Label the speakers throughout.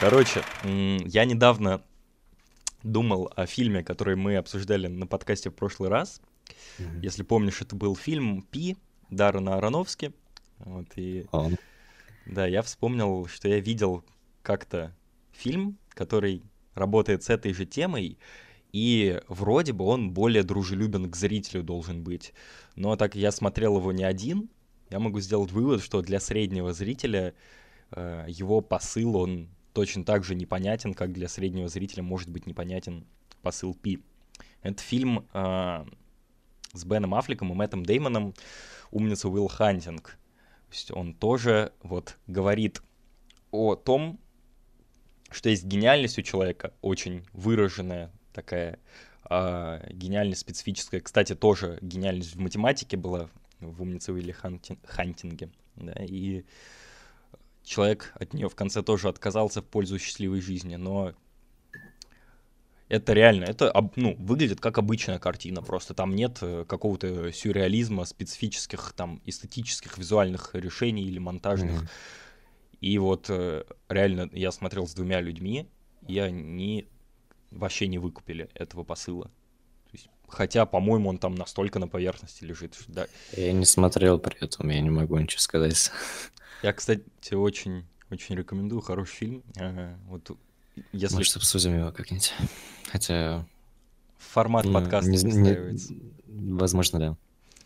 Speaker 1: Короче, я недавно думал о фильме, который мы обсуждали на подкасте в прошлый раз.
Speaker 2: Мгм.
Speaker 1: Если помнишь, это был фильм «Пи» Даррена Аронофски. Вот, и
Speaker 2: Он.
Speaker 1: да, я вспомнил, что я видел как-то фильм, который работает с этой же темой, и вроде бы он более дружелюбен к зрителю должен быть. Но так как я смотрел его не один, я могу сделать вывод, что для среднего зрителя его посыл, он точно так же непонятен, как для среднего зрителя может быть непонятен посыл Пи. Это фильм с Беном Аффлеком и Мэттом Деймоном «Умница Уилл Хантинг». То есть он тоже вот говорит о том, что есть гениальность у человека, очень выраженная такая, гениальность специфическая. Кстати, тоже гениальность в математике была в «Умнице Уилле Хантинге». Да, и человек от нее в конце тоже отказался в пользу счастливой жизни, но это реально, это выглядит как обычная картина, просто там нет какого-то сюрреализма, специфических там эстетических визуальных решений или монтажных.
Speaker 2: Мгм.
Speaker 1: И вот реально я смотрел с двумя людьми, и они вообще не выкупили этого посыла. То есть, хотя, по-моему, он там настолько на поверхности лежит. Да.
Speaker 2: Я не смотрел при этом, я не могу ничего сказать.
Speaker 1: Я, кстати, очень, очень рекомендую, хороший фильм. Вот если
Speaker 2: Может, обсудим его как-нибудь. Хотя,
Speaker 1: формат подкаста не устраивается.
Speaker 2: возможно, да.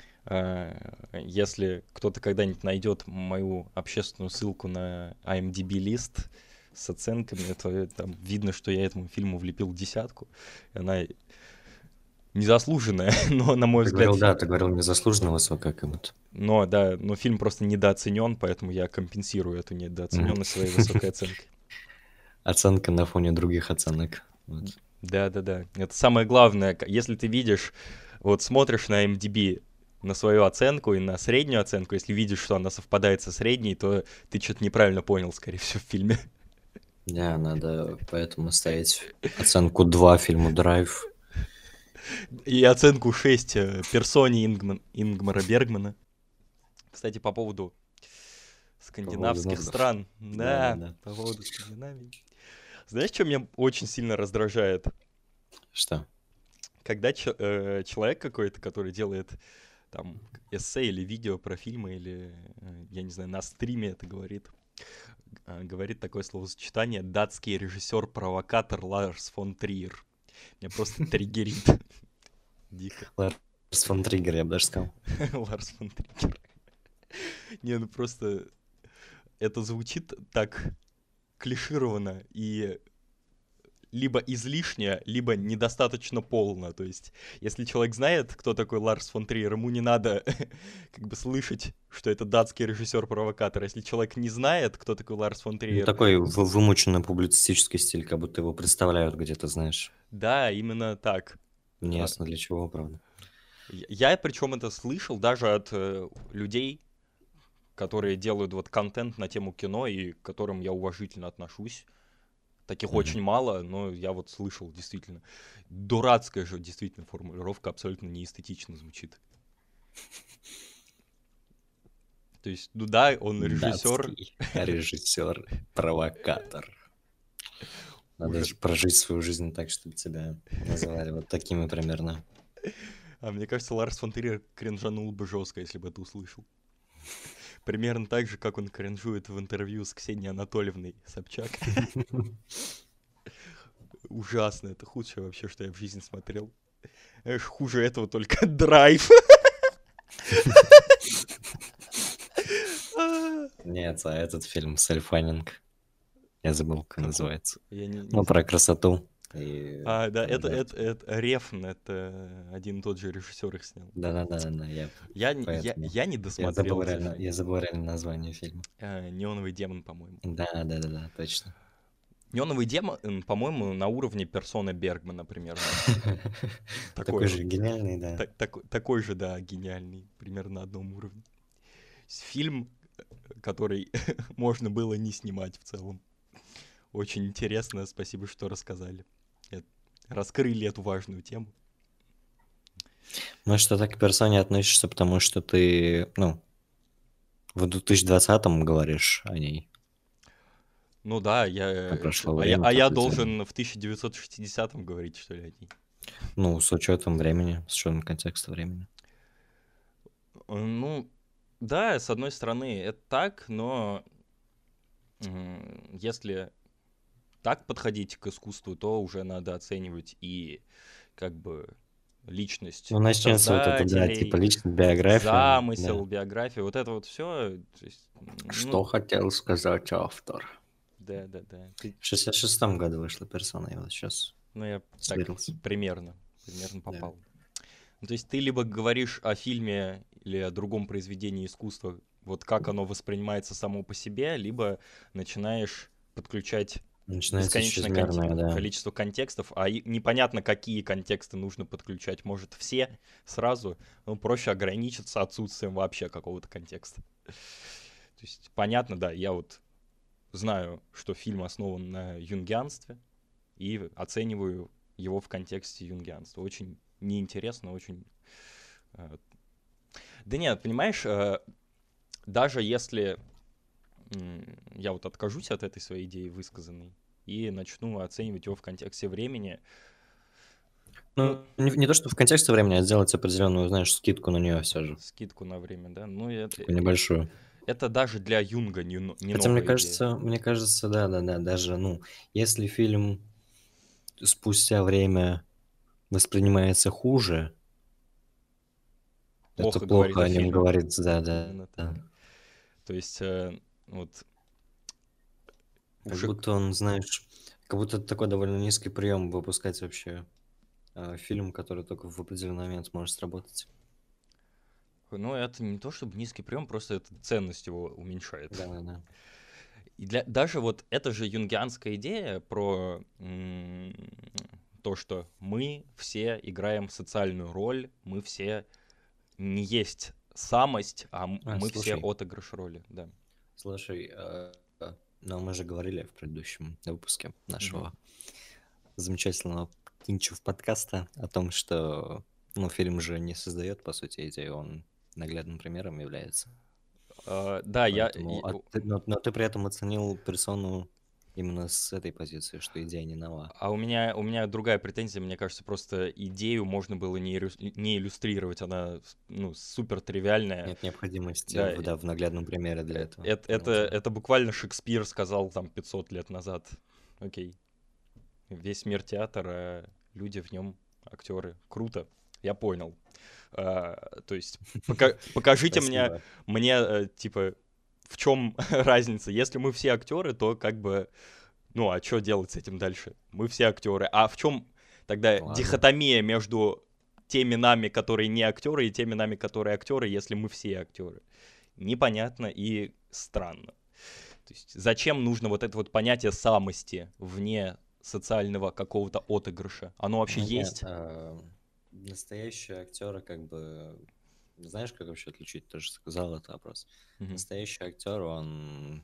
Speaker 1: Если кто-то когда-нибудь найдет мою общественную ссылку на IMDb лист с оценками, то там видно, что я этому фильму влепил 10. Она незаслуженная, но, на мой
Speaker 2: Ты
Speaker 1: взгляд,
Speaker 2: говорил, да, ты говорил незаслуженно высокая как-то.
Speaker 1: но фильм просто недооценен, поэтому я компенсирую эту недооцененность своей высокой оценкой.
Speaker 2: Оценка на фоне других оценок. Вот.
Speaker 1: Да. Это самое главное. Если ты видишь, вот смотришь на IMDb на свою оценку и на среднюю оценку, если видишь, что она совпадает со средней, то ты что-то неправильно понял, скорее всего, в фильме.
Speaker 2: Да, надо поэтому ставить оценку 2 фильму «Драйв».
Speaker 1: И оценку 6 персоне Ингмара Бергмана. Кстати, по поводу
Speaker 2: По поводу
Speaker 1: скандинавских
Speaker 2: нордов.
Speaker 1: стран.
Speaker 2: Да.
Speaker 1: Да, по поводу Скандинавии. Знаешь, что меня очень сильно раздражает?
Speaker 2: Что?
Speaker 1: Когда человек какой-то, который делает там эссе или видео про фильмы, или, я не знаю, на стриме это говорит такое словосочетание «датский режиссер-провокатор Ларс фон Триер». Меня просто триггерит дико.
Speaker 2: Ларс фон Триггер, я бы даже сказал.
Speaker 1: Ларс фон Триер. Не, ну просто это звучит так клишированно и либо излишне, либо недостаточно полно. То есть, если человек знает, кто такой Ларс фон Триер, ему не надо как бы слышать, что это датский режиссер-провокатор. Если человек не знает, кто такой Ларс фон
Speaker 2: Ну,
Speaker 1: Триер,
Speaker 2: такой вымученный публицистический стиль, как будто его представляют где-то, знаешь.
Speaker 1: да, именно так. А,
Speaker 2: Неясно для чего, правда.
Speaker 1: Я причем это слышал даже от людей, которые делают вот контент на тему кино и к которым я уважительно отношусь. Таких
Speaker 2: Мгм.
Speaker 1: очень мало, но я вот слышал действительно. Дурацкая же действительно формулировка, абсолютно неэстетично звучит. То есть, ну да, он режиссер,
Speaker 2: Датский режиссер-провокатор. Надо
Speaker 1: уже.
Speaker 2: же прожить свою жизнь так, чтобы тебя называли вот такими примерно.
Speaker 1: А мне кажется, Ларс фон Триер кринжанул бы жестко, если бы это услышал. Примерно так же, как он кринжует в интервью с Ксенией Анатольевной Собчак. Ужасно, это худшее вообще, что я в жизни смотрел. Знаешь, хуже этого только Драйв.
Speaker 2: Нет, а этот фильм «Сельфанинг». Я забыл, как
Speaker 1: Какой?
Speaker 2: называется.
Speaker 1: Я не
Speaker 2: Ну,
Speaker 1: знаю.
Speaker 2: про красоту. И
Speaker 1: Да,
Speaker 2: про
Speaker 1: это,
Speaker 2: жертв.
Speaker 1: это, это Рефн, это один и тот же режиссер их снял.
Speaker 2: Да, я поэтому.
Speaker 1: Я не досмотрел этот фильм.
Speaker 2: Я забыл реально название фильма.
Speaker 1: Неоновый демон, по-моему.
Speaker 2: Да, точно.
Speaker 1: Неоновый демон, по-моему, на уровне персоны Бергмана примерно.
Speaker 2: Такой
Speaker 1: Такой,
Speaker 2: же гениальный, да.
Speaker 1: такой же, да, гениальный, примерно на одном уровне. Фильм, который можно было не снимать в целом. Очень интересно, спасибо, что рассказали. Раскрыли эту важную тему.
Speaker 2: Ну, что так к персоне относишься, потому что ты, ну, в 2020-м говоришь о ней.
Speaker 1: Ну да,
Speaker 2: прошло
Speaker 1: а я,
Speaker 2: время,
Speaker 1: а я
Speaker 2: так идеально.
Speaker 1: должен в 1960-м говорить, что ли, о ней?
Speaker 2: Ну, с учетом времени, с учетом контекста времени.
Speaker 1: Ну, да, с одной стороны, это так, но если так подходить к искусству, то уже надо оценивать и как бы личность
Speaker 2: Ну, начнется вот это, да, типа
Speaker 1: создателей,
Speaker 2: личная биография,
Speaker 1: замысел,
Speaker 2: да.
Speaker 1: биография, вот это вот все. Ну,
Speaker 2: Что хотел сказать автор?
Speaker 1: да, да, да.
Speaker 2: В 66-м году вышла «Персона», я вот сейчас
Speaker 1: Ну, я так
Speaker 2: сверился.
Speaker 1: примерно
Speaker 2: Да.
Speaker 1: попал. Ну, то есть ты либо говоришь о фильме или о другом произведении искусства, вот как оно воспринимается само по себе, либо начинаешь подключать
Speaker 2: Начинается
Speaker 1: бесконечное
Speaker 2: чрезмерное, да.
Speaker 1: количество контекстов, а непонятно, какие контексты нужно подключать. Может, все сразу, ну, проще ограничиться отсутствием вообще какого-то контекста. То есть, понятно, да, я вот знаю, что фильм основан на юнгианстве, и оцениваю его в контексте юнгианства. Очень неинтересно, очень... Да нет, понимаешь, даже если я вот откажусь от этой своей идеи высказанной и начну оценивать его в контексте времени, ну,
Speaker 2: Ну, не то, что в контексте времени, а сделать определенную, знаешь, скидку на нее все же.
Speaker 1: скидку на время, да, ну,
Speaker 2: Такую небольшую.
Speaker 1: это даже для Юнга не
Speaker 2: Хотя, мне
Speaker 1: новая идея.
Speaker 2: кажется, да, даже, ну, если фильм спустя время воспринимается хуже, это
Speaker 1: Плохо говорит
Speaker 2: плохо
Speaker 1: о
Speaker 2: о нем
Speaker 1: фильме.
Speaker 2: говорит, да,
Speaker 1: Именно так.
Speaker 2: да.
Speaker 1: То есть вот
Speaker 2: Как
Speaker 1: уже...
Speaker 2: будто он, знаешь, как будто это такой довольно низкий прием выпускать вообще фильм, который только в определенный момент может сработать.
Speaker 1: Ну, это не то чтобы низкий прием, просто это ценность его уменьшает.
Speaker 2: Да.
Speaker 1: И даже вот эта же юнгианская идея про то, что мы все играем социальную роль, мы все не есть самость, а мы все
Speaker 2: Слушай,
Speaker 1: отыгрыш роли, да.
Speaker 2: слушай, но мы же говорили в предыдущем выпуске
Speaker 1: Мгм.
Speaker 2: нашего замечательного Кинчев подкаста о том, что ну, фильм же не создает, по сути, идею, он наглядным примером является.
Speaker 1: Да,
Speaker 2: Поэтому, но ты при этом оценил персону именно с этой позиции, что идея не нова.
Speaker 1: а у меня другая претензия, мне кажется, просто идею можно было не иллюстрировать, она ну, супер тривиальная.
Speaker 2: Нет необходимости
Speaker 1: Да,
Speaker 2: в наглядном примере для этого.
Speaker 1: это,
Speaker 2: Понял тебя.
Speaker 1: это буквально Шекспир сказал там 500 лет назад. Окей. Весь мир театра, люди в нем, актеры. Круто. Я понял. То есть покажите
Speaker 2: Спасибо.
Speaker 1: мне, типа, в чем разница? Если мы все актеры, то как бы, ну, а что делать с этим дальше? Мы все актеры. А в чем тогда
Speaker 2: Ладно.
Speaker 1: дихотомия между теми нами, которые не актеры, и теми нами, которые актеры, если мы все актеры? Непонятно и странно. То есть зачем нужно вот это вот понятие самости вне социального какого-то отыгрыша? Оно вообще
Speaker 2: Нет,
Speaker 1: есть?
Speaker 2: настоящие актеры как бы... Знаешь, как вообще отличить? Ты же сказал этот вопрос.
Speaker 1: Мгм.
Speaker 2: Настоящий актер, он,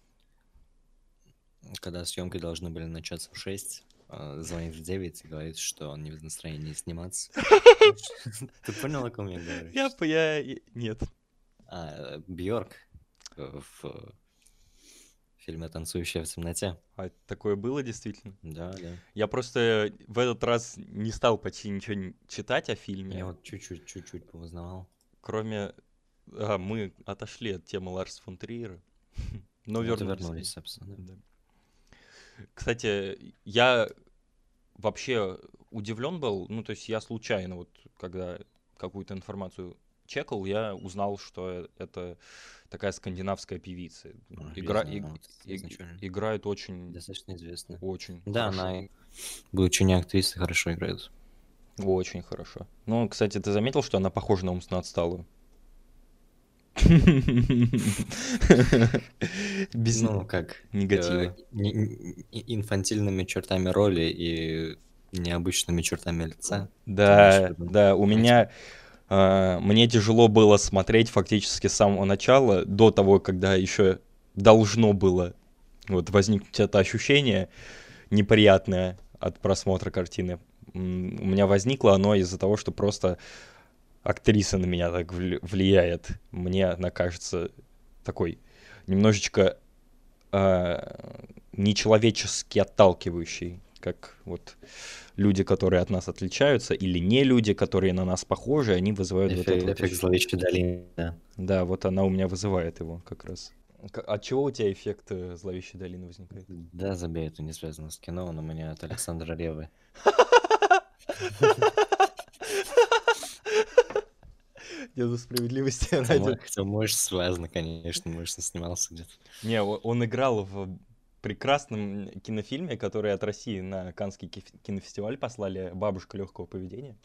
Speaker 2: когда съемки должны были начаться в 6, звонит в 9 и говорит, что он не в настроении сниматься. Ты понял, о ком я говорю?
Speaker 1: Нет.
Speaker 2: Бьорк в фильме «Танцующая в темноте».
Speaker 1: А такое было действительно?
Speaker 2: Да.
Speaker 1: Я просто в этот раз не стал почти ничего читать о фильме,
Speaker 2: Я вот чуть-чуть поузнавал.
Speaker 1: кроме... мы отошли от темы Ларса фон Триера, но
Speaker 2: Вот и
Speaker 1: вернулись к
Speaker 2: вернулись,
Speaker 1: ней.
Speaker 2: собственно.
Speaker 1: Да. Кстати, я вообще удивлен был, ну, то есть я случайно, вот, когда какую-то информацию чекал, я узнал, что это такая скандинавская певица.
Speaker 2: Я знаю, вот изначально.
Speaker 1: Играет очень,
Speaker 2: Достаточно известно.
Speaker 1: очень
Speaker 2: Да,
Speaker 1: хорошо.
Speaker 2: она, будучи не актрисой, хорошо играет.
Speaker 1: Очень хорошо. Ну, кстати, ты заметил, что она похожа на умственно отсталую? Без
Speaker 2: Ну, как
Speaker 1: негатива.
Speaker 2: инфантильными чертами роли и необычными чертами лица. Ты имеешь в
Speaker 1: Да,
Speaker 2: виду?
Speaker 1: да, у меня... Мне тяжело было смотреть фактически с самого начала, до того, когда еще должно было вот возникнуть это ощущение неприятное от просмотра картины. У меня возникло оно из-за того, что просто актриса на меня так влияет. Мне она кажется такой немножечко нечеловечески отталкивающий, как вот люди, которые от нас отличаются, или не люди, которые на нас похожи, они вызывают вот это вот
Speaker 2: Эффект зловещей долины, да.
Speaker 1: Да, вот она у меня вызывает его как раз. От чего у тебя эффект зловещей долины возникает?
Speaker 2: Да, забей, это не связано с кино, он у меня от Александра Реввы.
Speaker 1: Деду справедливости ради.
Speaker 2: Хотя, может, связано, конечно, может, он снимался где-то.
Speaker 1: Не, он играл в прекрасном кинофильме, который от России на Каннский кинофестиваль послали «Бабушка легкого поведения».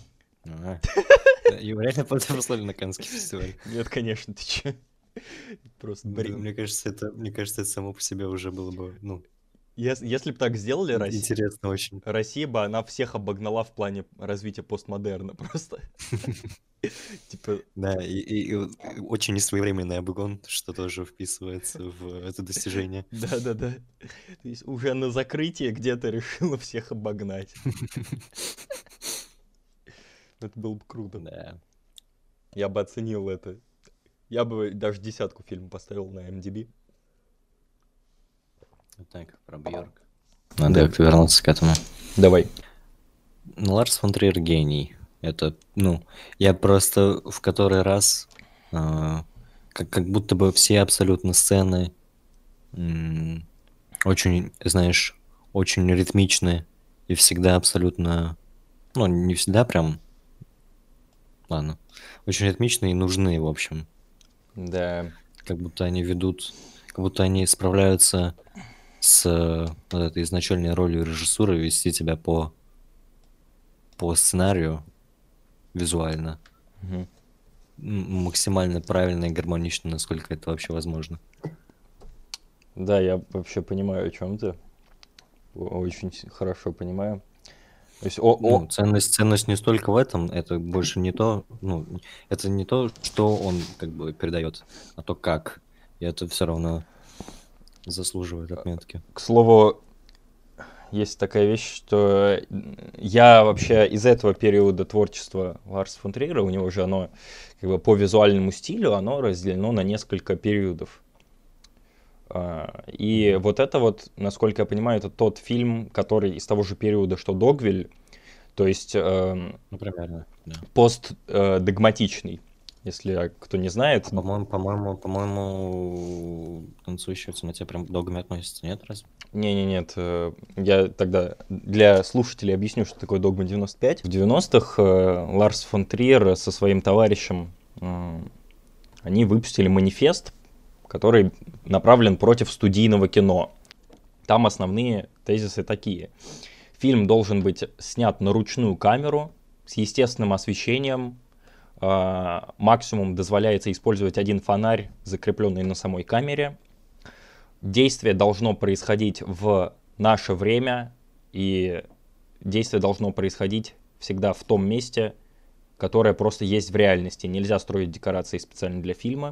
Speaker 2: Его реально послали на Каннский фестиваль.
Speaker 1: Нет, конечно, ты че? Просто
Speaker 2: Мне кажется, это само по себе уже было бы, ну,
Speaker 1: Если бы так сделали,
Speaker 2: интересно очень.
Speaker 1: Россия бы, она всех обогнала в плане развития постмодерна просто. Типа,
Speaker 2: Да, и очень несвоевременный обгон, что тоже вписывается в это достижение.
Speaker 1: да-да-да. То есть уже на закрытие где-то решила всех обогнать. Это было бы круто.
Speaker 2: Да.
Speaker 1: Я бы оценил это. Я бы даже 10 фильма поставил на MDB.
Speaker 2: Так, про Бьорк. Надо как-то вернуться к этому.
Speaker 1: Давай.
Speaker 2: Ну, Ларс фон Триер гений. Это, ну, я просто в который раз как будто бы все абсолютно сцены очень, знаешь, очень ритмичные и всегда абсолютно, ну, не всегда прям, ладно, очень ритмичные и нужны, в общем.
Speaker 1: Да.
Speaker 2: Как будто они ведут, как будто они справляются с вот этой изначальной ролью режиссуры вести тебя по сценарию визуально.
Speaker 1: Мгм.
Speaker 2: Максимально правильно и гармонично, насколько это вообще возможно.
Speaker 1: Да, я вообще понимаю, о чем ты. Очень хорошо понимаю. То есть,
Speaker 2: Ну, ценность не столько в этом, это больше не то, ну, это не то, что он как бы передает, а то как. И это все равно заслуживает отметки.
Speaker 1: к слову, есть такая вещь, что я вообще из этого периода творчества Ларса фон Триера, у него же оно как бы по визуальному стилю, оно разделено на несколько периодов. И вот это вот, насколько я понимаю, это тот фильм, который из того же периода, что Догвиль, то есть
Speaker 2: Ну, примерно, да.
Speaker 1: постдогматичный, если кто не знает.
Speaker 2: По-моему, «Танцующая в темноте» прям к догме относится, нет, разве?
Speaker 1: Нет, я тогда для слушателей объясню, что такое «Догма 95». В 90-х Ларс фон Триер со своим товарищем, они выпустили манифест, который направлен против студийного кино. Там основные тезисы такие. Фильм должен быть снят на ручную камеру с естественным освещением. Максимум дозволяется использовать один фонарь, закрепленный на самой камере. Действие должно происходить в наше время, и действие должно происходить всегда в том месте, которое просто есть в реальности. Нельзя строить декорации специально для фильма.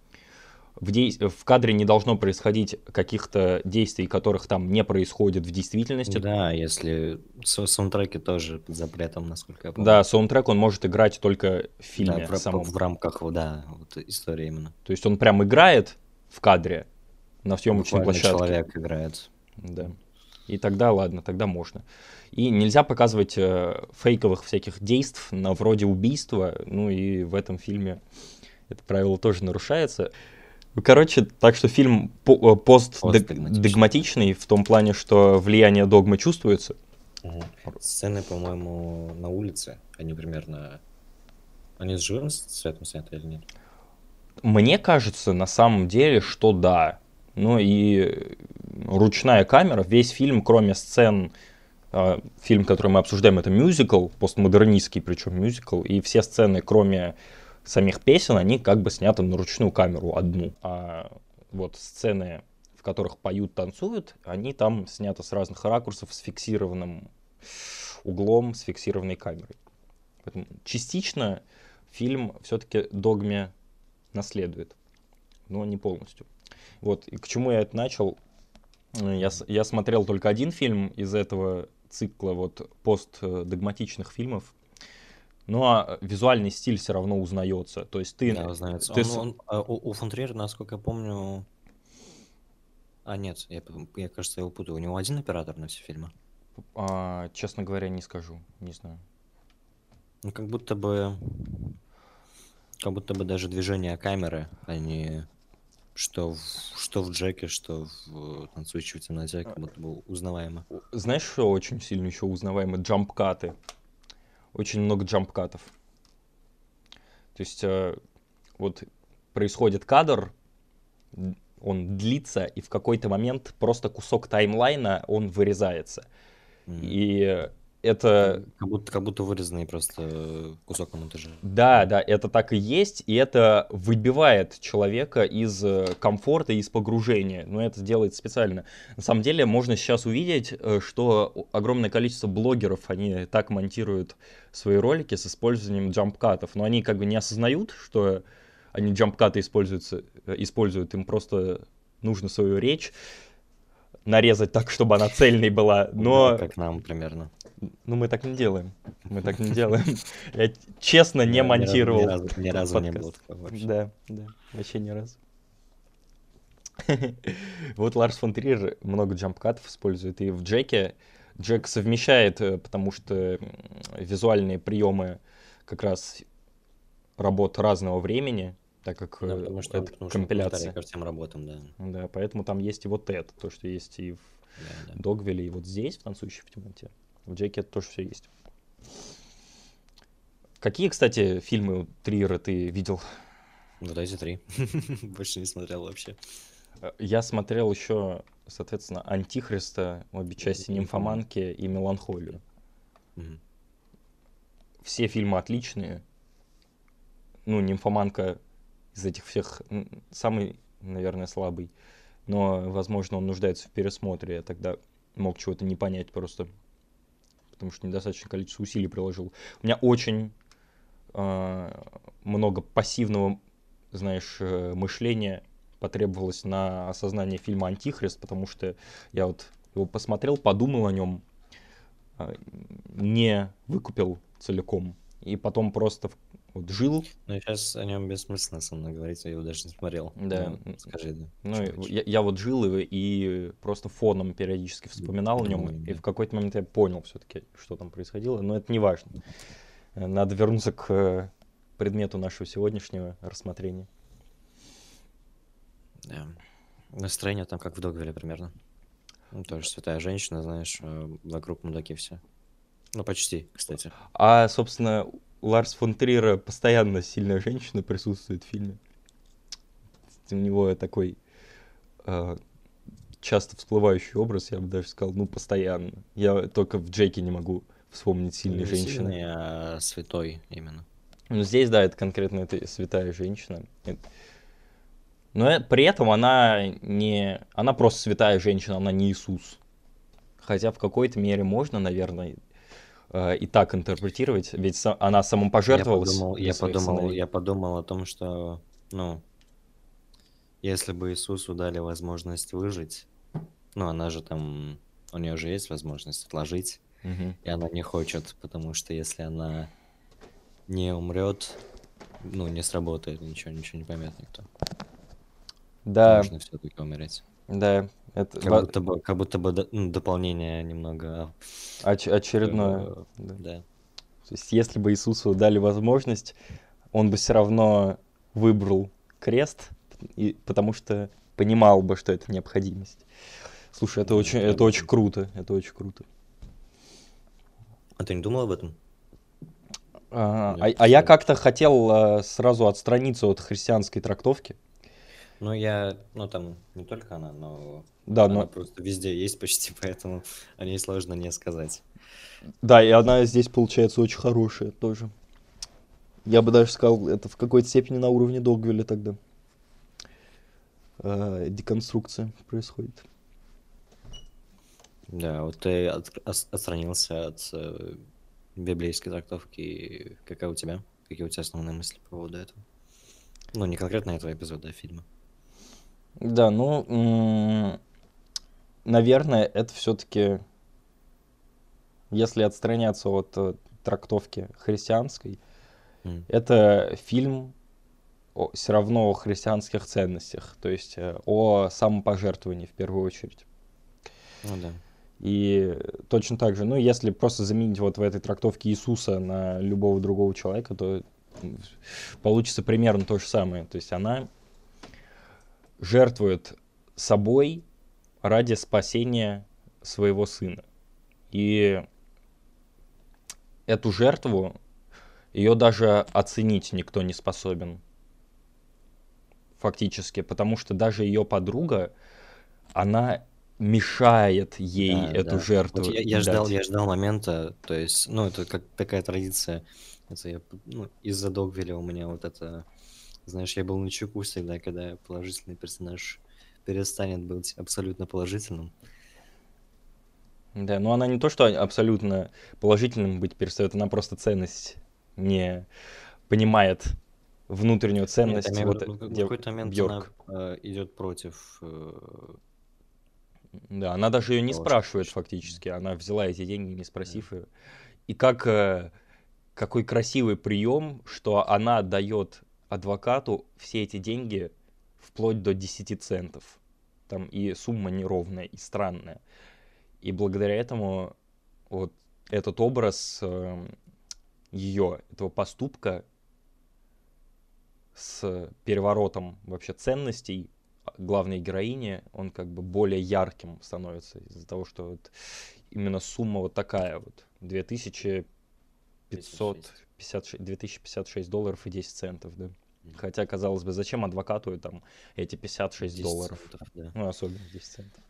Speaker 1: В кадре не должно происходить каких-то действий, которых там не происходит в действительности.
Speaker 2: Да, если саундтреки тоже под запретом, насколько я помню.
Speaker 1: Да, саундтрек он может играть только в фильме
Speaker 2: Да,
Speaker 1: самом.
Speaker 2: в рамках, да, вот истории именно.
Speaker 1: То есть он прям играет в кадре на съемочной
Speaker 2: Буквально
Speaker 1: площадке.
Speaker 2: человек играет.
Speaker 1: Да. И тогда ладно, тогда можно. И нельзя показывать фейковых всяких действий на вроде убийства. Ну и в этом фильме это правило тоже нарушается. Короче, так что фильм постдогматичный в том плане, что влияние догмы чувствуется.
Speaker 2: Сцены, по-моему, на улице, они примерно... Они с живым светом сняты или нет?
Speaker 1: Мне кажется, на самом деле, что да. Ну и ручная камера, весь фильм, кроме сцен, фильм, который мы обсуждаем, это мюзикл, постмодернистский причем мюзикл, и все сцены, кроме самих песен, они как бы сняты на ручную камеру одну. А вот сцены, в которых поют, танцуют, они там сняты с разных ракурсов, с фиксированным углом, с фиксированной камерой. Поэтому частично фильм все-таки догме наследует, но не полностью. Вот, и к чему я это начал? Я смотрел только один фильм из этого цикла вот постдогматичных фильмов, но визуальный стиль все равно узнается. То есть ты...
Speaker 2: Да, узнается.
Speaker 1: ты
Speaker 2: у фон Триера, насколько я помню... нет, я, кажется, его путаю. У него один оператор на все фильмы.
Speaker 1: Честно говоря, не скажу, не знаю.
Speaker 2: Ну, как будто бы даже движение камеры, они что в Джеке, что в «Танцующей в темноте», как будто бы узнаваемо.
Speaker 1: Знаешь, что очень сильно еще узнаваемо? Джампкаты. Очень много джампкатов. То есть вот происходит кадр, он длится, и в какой-то момент просто кусок таймлайна, он вырезается. И это...
Speaker 2: Как будто вырезанный просто кусок на монтаже.
Speaker 1: Да, это так и есть, и это выбивает человека из комфорта, из погружения. Но это делается специально. На самом деле, можно сейчас увидеть, что огромное количество блогеров, они так монтируют свои ролики с использованием джампкатов, но они как бы не осознают, что они джампкаты используют, им просто нужно свою речь нарезать так, чтобы она цельной была, но...
Speaker 2: Как нам примерно.
Speaker 1: Ну, мы так не делаем. Мы так не делаем. Я честно не монтировал
Speaker 2: Ни разу не было
Speaker 1: подкаст.
Speaker 2: такого вообще.
Speaker 1: Да, вообще ни разу. Вот Ларс фон Триер много джампкатов использует, и в Джеке Джек совмещает, потому что визуальные приемы как раз работ разного времени, так как
Speaker 2: Да, потому что
Speaker 1: это компиляция.
Speaker 2: ко всем работам, да.
Speaker 1: Да, поэтому там есть и вот это, то, что есть и в
Speaker 2: Да.
Speaker 1: Догвилле, и вот здесь, в «Танцующей в темноте». В Джеке это тоже все есть. Какие, кстати, фильмы Триера ты видел?
Speaker 2: Вот эти 3. Больше не смотрел вообще.
Speaker 1: Я смотрел еще, соответственно, «Антихриста», обе части «Нимфоманки» и «Меланхолию». Все фильмы отличные. Ну, «Нимфоманка» из этих всех самый, наверное, слабый. Но, возможно, он нуждается в пересмотре. Я тогда мог чего-то не понять просто, потому что недостаточное количество усилий приложил. У меня очень много пассивного, знаешь, мышления потребовалось на осознание фильма «Антихрист», потому что я вот его посмотрел, подумал о нем, не выкупил целиком, и потом просто вот жил.
Speaker 2: Ну, сейчас о нем бессмысленно со мной говорить, я его даже не смотрел.
Speaker 1: Да.
Speaker 2: Ну, скажи, да.
Speaker 1: Ну, я вот жил и просто фоном периодически вспоминал о нем, и в какой-то момент я понял все-таки, что там происходило, но это не важно. Надо вернуться к предмету нашего сегодняшнего рассмотрения.
Speaker 2: Да. Настроение там как в Догвилле примерно. Ну, тоже святая женщина, знаешь, вокруг мудаки все. Ну, почти, кстати.
Speaker 1: А, собственно, у Ларса фон Триера постоянно сильная женщина присутствует в фильме. У него такой часто всплывающий образ, я бы даже сказал, ну, постоянно. Я только в Джеке не могу вспомнить сильной женщины.
Speaker 2: Не сильной, а святой именно.
Speaker 1: Ну, здесь, да, это конкретно это святая женщина. Но при этом она не... Она просто святая женщина, она не Иисус. Хотя в какой-то мере можно, наверное, и так интерпретировать, ведь она самопожертвовалась.
Speaker 2: Я подумал о том, что, ну, если бы Иисусу дали возможность выжить, ну, она же там, у нее же есть возможность отложить, и она не хочет, потому что если она не умрет, ну, не сработает ничего не поймет никто.
Speaker 1: Да.
Speaker 2: Можно все-таки умереть.
Speaker 1: Да. Это
Speaker 2: как будто бы дополнение немного.
Speaker 1: Очередное.
Speaker 2: Да.
Speaker 1: То есть, если бы Иисусу дали возможность, он бы все равно выбрал крест, потому что понимал бы, что это необходимость. Слушай, это очень круто. Это очень круто.
Speaker 2: А ты не думал об этом?
Speaker 1: Я как-то хотел сразу отстраниться от христианской трактовки.
Speaker 2: Ну, там не только она, но
Speaker 1: да,
Speaker 2: она просто везде есть почти, поэтому о ней сложно не сказать.
Speaker 1: Да, и она здесь получается очень хорошая тоже. Я бы даже сказал, это в какой-то степени на уровне Догвилля тогда. Деконструкция происходит.
Speaker 2: Да, вот ты отстранился от библейской трактовки. Какая у тебя? Какие у тебя основные мысли по поводу этого? Ну, не конкретно этого эпизода, а фильма.
Speaker 1: Да, ну, наверное, это все-таки, если отстраняться от трактовки христианской, это фильм все равно о христианских ценностях, то есть о самопожертвовании в первую очередь.
Speaker 2: Ну да.
Speaker 1: И точно так же, ну, если просто заменить вот в этой трактовке Иисуса на любого другого человека, то получится примерно то же самое. То есть она жертвует собой ради спасения своего сына. И эту жертву, ее даже оценить никто не способен. Фактически, потому что даже ее подруга, она мешает ей
Speaker 2: Да,
Speaker 1: эту
Speaker 2: да. Вот
Speaker 1: жертву дать.
Speaker 2: я ждал момента, то есть, ну, это как такая традиция. Это ну, из-за Догвилля у меня вот это, знаешь, я был начеку всегда, когда положительный персонаж перестанет быть абсолютно положительным.
Speaker 1: Да, но она не то, что абсолютно положительным быть перестает, она просто ценность не понимает, внутреннюю
Speaker 2: Нет, я
Speaker 1: ценность
Speaker 2: имею в
Speaker 1: вот
Speaker 2: виду, ну, в какой-то момент она
Speaker 1: Бьорк.
Speaker 2: идет против
Speaker 1: Да, она даже ее не
Speaker 2: того, что
Speaker 1: спрашивает
Speaker 2: хочет.
Speaker 1: фактически, она взяла эти деньги, не
Speaker 2: Да.
Speaker 1: спросив ее. И какой красивый прием, что она отдает адвокату все эти деньги вплоть до 10 центов. Там и сумма неровная, и странная. И благодаря этому вот этот образ ее, этого поступка с переворотом вообще ценностей главной героини, он как бы более ярким становится из-за того, что вот именно сумма вот такая вот, 2056 долларов и 10 центов, да. Хотя, казалось бы, зачем адвокату там эти 56
Speaker 2: 10
Speaker 1: долларов?
Speaker 2: центов, да.
Speaker 1: Ну, особенно 10 центов.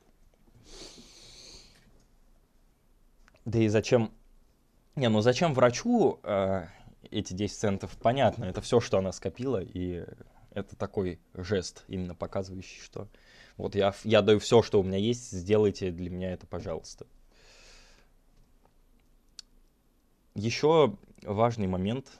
Speaker 1: Да и зачем... Не, ну зачем врачу эти 10 центов? Понятно, это все, что она скопила, и это такой жест, именно показывающий, что вот я даю все, что у меня есть, сделайте для меня это, пожалуйста. Еще важный момент,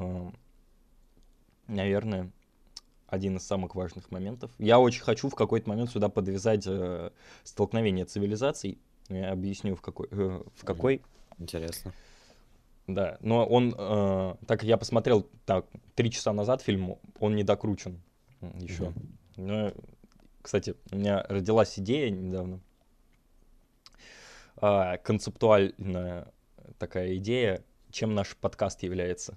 Speaker 1: наверное, один из самых важных моментов. Я очень хочу в какой-то момент сюда подвязать столкновение цивилизаций. Я объясню, в какой.
Speaker 2: Интересно.
Speaker 1: Да, но он, так как я посмотрел так 3 часа назад фильм, он не докручен еще. Но, кстати, у меня родилась идея недавно, концептуальная такая идея, чем наш подкаст является.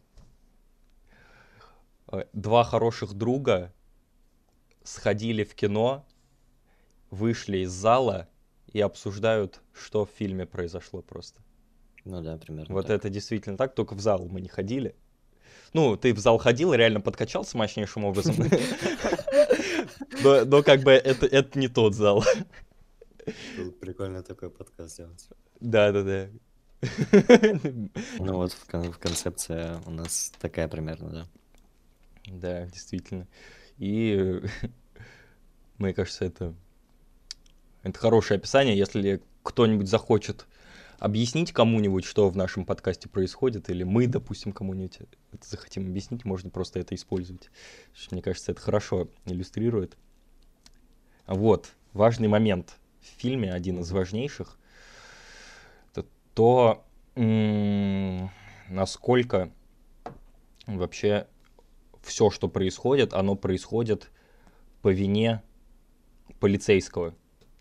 Speaker 1: Два хороших друга сходили в кино, вышли из зала и обсуждают, что в фильме произошло просто.
Speaker 2: Ну да, примерно
Speaker 1: Вот
Speaker 2: так.
Speaker 1: это действительно так, только в зал мы не ходили. Ну, ты в зал ходил, реально подкачался мощнейшим образом. Но как бы это не тот зал.
Speaker 2: Был прикольно такой подкаст делать.
Speaker 1: Да-да-да.
Speaker 2: Ну вот в концепция у нас такая примерно, да.
Speaker 1: Да, действительно. И мне кажется, это хорошее описание. Если кто-нибудь захочет объяснить кому-нибудь, что в нашем подкасте происходит, или мы, допустим, кому-нибудь это захотим объяснить, можно просто это использовать. Мне кажется, это хорошо иллюстрирует. Вот, важный момент в фильме, один из важнейших, это то, насколько вообще все, что происходит, оно происходит по вине полицейского.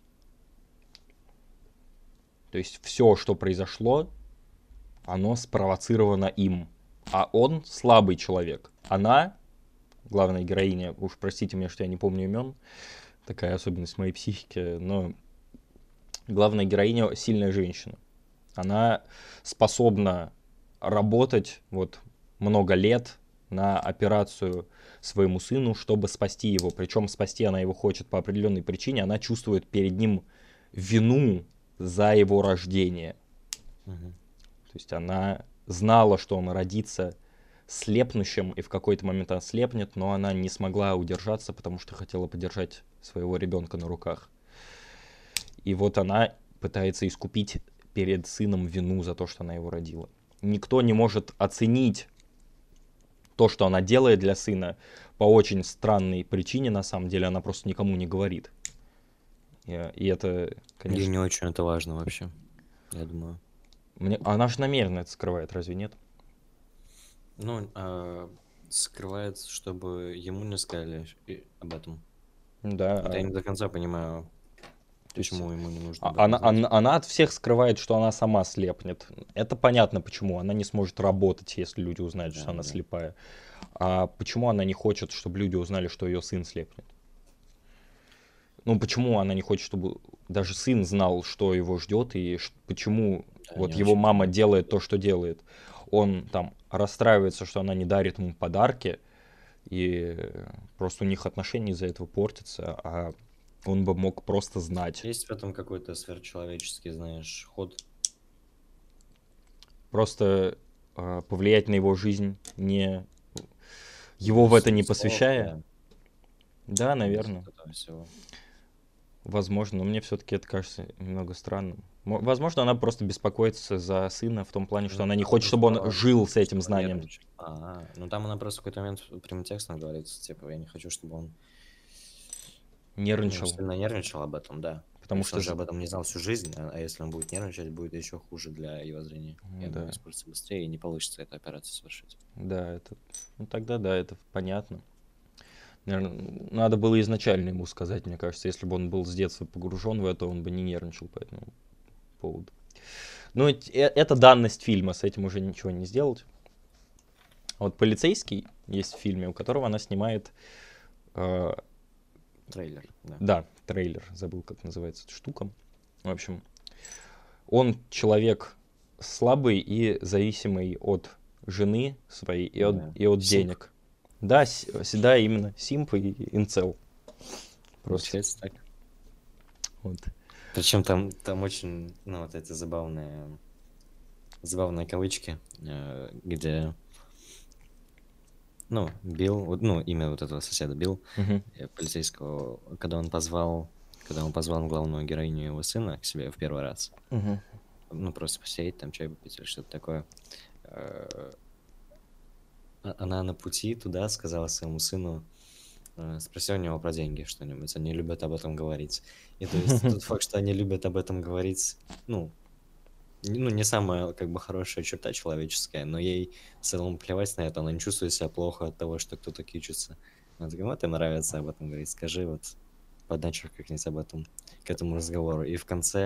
Speaker 1: То есть все, что произошло, оно спровоцировано им. А он слабый человек. Она, главная героиня, уж простите меня, что я не помню имен, такая особенность моей психики, но главная героиня сильная женщина. Она способна работать вот много лет на операцию своему сыну, чтобы спасти его. Причем спасти она его хочет по определенной причине. Она чувствует перед ним вину за его рождение. То есть она знала, что он родится слепнущим, и в какой-то момент он слепнет, но она не смогла удержаться, потому что хотела подержать своего ребенка на руках. И вот она пытается искупить перед сыном вину за то, что она его родила. Никто не может оценить то, что она делает для сына, по очень странной причине, на самом деле, она просто никому не говорит. И это, конечно...
Speaker 2: Ей не очень это важно вообще, я думаю.
Speaker 1: Она же намеренно это скрывает, разве нет?
Speaker 2: Ну, скрывает, чтобы ему не сказали об этом.
Speaker 1: Да,
Speaker 2: Вот я не до конца понимаю,
Speaker 1: то есть
Speaker 2: почему ему не нужно об этом знать.
Speaker 1: она от всех скрывает, что она сама слепнет. Это понятно, почему. Она не сможет работать, если люди узнают, что
Speaker 2: Да,
Speaker 1: она
Speaker 2: да.
Speaker 1: слепая. А почему она не хочет, чтобы люди узнали, что ее сын слепнет? Ну, почему она не хочет, чтобы даже сын знал, что его ждет, и почему
Speaker 2: Да,
Speaker 1: вот
Speaker 2: не
Speaker 1: его
Speaker 2: очень
Speaker 1: мама
Speaker 2: понимаю.
Speaker 1: делает то, что делает. Он там расстраивается, что она не дарит ему подарки, и просто у них отношения из-за этого портятся, а он бы мог просто знать.
Speaker 2: Есть в этом какой-то сверхчеловеческий, знаешь, ход.
Speaker 1: Просто повлиять на его жизнь, не его в
Speaker 2: Без
Speaker 1: это не
Speaker 2: слов,
Speaker 1: посвящая.
Speaker 2: да,
Speaker 1: Да,
Speaker 2: без
Speaker 1: наверное.
Speaker 2: вот этого всего.
Speaker 1: Возможно, но мне все-таки это кажется немного странным. Возможно, она просто беспокоится за сына в том плане, что
Speaker 2: Ну,
Speaker 1: она не
Speaker 2: там
Speaker 1: хочет,
Speaker 2: же
Speaker 1: чтобы он
Speaker 2: сказала,
Speaker 1: жил с этим
Speaker 2: что он
Speaker 1: знанием.
Speaker 2: нервничал. Ну там она просто в какой-то момент прямым текстом говорит, типа, я не хочу, чтобы он,
Speaker 1: Нервничал.
Speaker 2: сильно нервничал об этом, да. То
Speaker 1: Потому
Speaker 2: есть
Speaker 1: что...
Speaker 2: он же об этом не знал всю жизнь, а если он будет нервничать, будет еще хуже для его зрения. И оно
Speaker 1: Да,
Speaker 2: испортится быстрее, и не получится эту операцию совершить.
Speaker 1: да, это... Ну тогда да, это понятно. Наверное, надо было изначально ему сказать, мне кажется. Если бы он был с детства погружен в это, он бы не нервничал по этому поводу. Ну, это данность фильма, с этим уже ничего не сделать. А вот полицейский есть в фильме, у которого она снимает...
Speaker 2: Трейлер, да.
Speaker 1: Да, трейлер, забыл, как называется эта штука. В общем, он человек слабый и зависимый от жены своей
Speaker 2: Да.
Speaker 1: и от
Speaker 2: Симп,
Speaker 1: денег. Да, да, именно. Симп и инцел. Просто.
Speaker 2: получается так.
Speaker 1: Вот.
Speaker 2: Причем там очень, вот эти забавные кавычки, где, Билл, имя вот этого соседа Билл,
Speaker 1: Мгм.
Speaker 2: Полицейского, когда он позвал главную героиню его сына к себе в первый раз,
Speaker 1: Мгм.
Speaker 2: просто посидеть, там чай попить или что-то такое, э, она на пути туда сказала своему сыну, спроси у него про деньги что-нибудь, они любят об этом говорить. И то есть тот факт, что они любят об этом говорить, не самая как бы хорошая черта человеческая, но ей в целом плевать на это, она не чувствует себя плохо от того, что кто-то кичится. Она такая, вот им нравится об этом говорить, скажи, вот подначу как-нибудь об этом, к этому разговору. И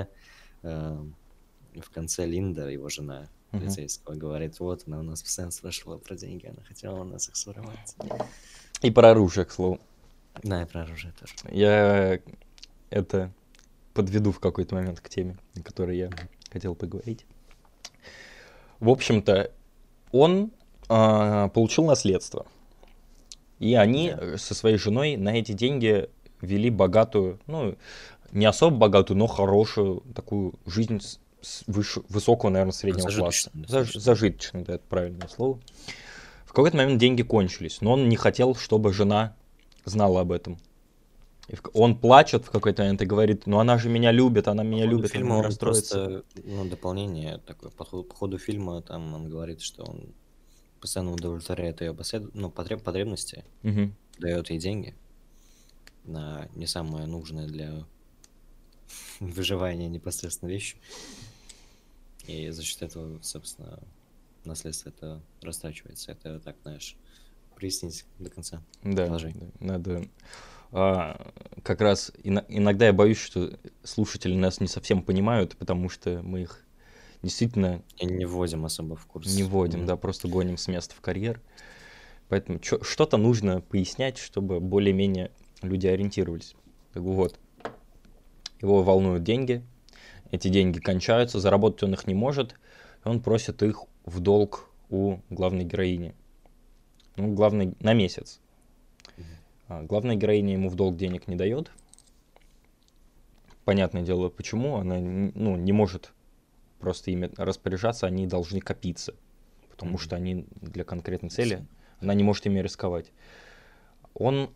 Speaker 2: в конце Линда, его жена
Speaker 1: Мгм.
Speaker 2: полицейского, говорит, вот она у нас постоянно спрашивала про деньги, она хотела у нас их своровать.
Speaker 1: И про оружие, к слову.
Speaker 2: Да, и про оружие тоже.
Speaker 1: Я это подведу в какой-то момент к теме, о которой я хотел поговорить. В общем-то, он получил наследство. И они
Speaker 2: Да.
Speaker 1: со своей женой на эти деньги вели богатую, не особо богатую, но хорошую такую жизнь высокого, наверное, среднего класса.
Speaker 2: Зажиточно достаточно.
Speaker 1: Зажиточную, да, это правильное слово. В какой-то момент деньги кончились, но он не хотел, чтобы жена знала об этом. Он плачет в какой-то момент и говорит, ну она же меня любит, она меня
Speaker 2: По ходу
Speaker 1: любит, она
Speaker 2: фильма
Speaker 1: не
Speaker 2: он
Speaker 1: расстроится.
Speaker 2: просто, дополнение такое. По ходу фильма там он говорит, что он постоянно удовлетворяет ее потребности,
Speaker 1: Мгм.
Speaker 2: дает ей деньги на не самое нужное для выживания непосредственно вещи. И за счет этого, собственно, наследство это растрачивается. Это так, знаешь, прояснить до конца.
Speaker 1: Да,
Speaker 2: Продолжай.
Speaker 1: да, надо... как раз иногда я боюсь, что слушатели нас не совсем понимают, потому что мы их действительно
Speaker 2: И не вводим особо в курс.
Speaker 1: не вводим, да, просто гоним с места в карьер. Поэтому что-то нужно пояснять, чтобы более-менее люди ориентировались. Так вот, его волнуют деньги, эти деньги кончаются, заработать он их не может, и он просит их в долг у главной героини. Ну, главной на месяц. Главная героиня ему в долг денег не дает. Понятное дело, почему. Она не может просто ими распоряжаться, они должны копиться. Потому что они для конкретной цели. Она не может ими рисковать. Он...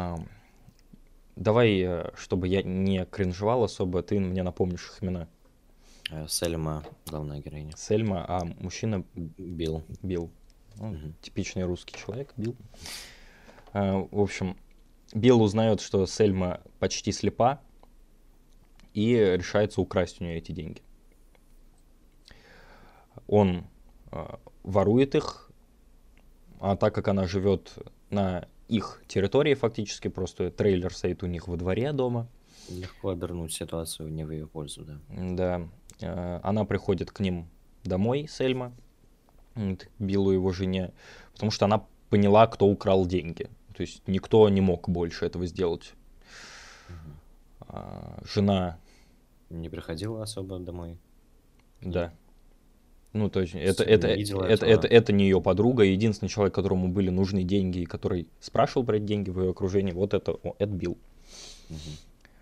Speaker 1: Давай, чтобы я не кринжевал особо, ты мне напомнишь их имена.
Speaker 2: Сельма, главная героиня.
Speaker 1: Сельма, а мужчина
Speaker 2: Билл.
Speaker 1: Билл. Типичный русский человек, Билл. В общем, Билл узнает, что Сельма почти слепа, и решается украсть у нее эти деньги. Он ворует их, А так как она живет на их территории фактически, просто трейлер стоит у них во дворе дома.
Speaker 2: Легко обернуть ситуацию не в ее пользу, да.
Speaker 1: Да. Она приходит к ним домой, Сельма, к Биллу и его жене, потому что она поняла, кто украл деньги. То есть никто не мог больше этого сделать.
Speaker 2: Мгм.
Speaker 1: Жена,
Speaker 2: Не приходила особо домой.
Speaker 1: да. Ну, то есть
Speaker 2: Не видела этого.
Speaker 1: это не ее подруга. Единственный человек, которому были нужны деньги и который спрашивал про эти деньги в ее окружении, вот это Билл.
Speaker 2: Мгм.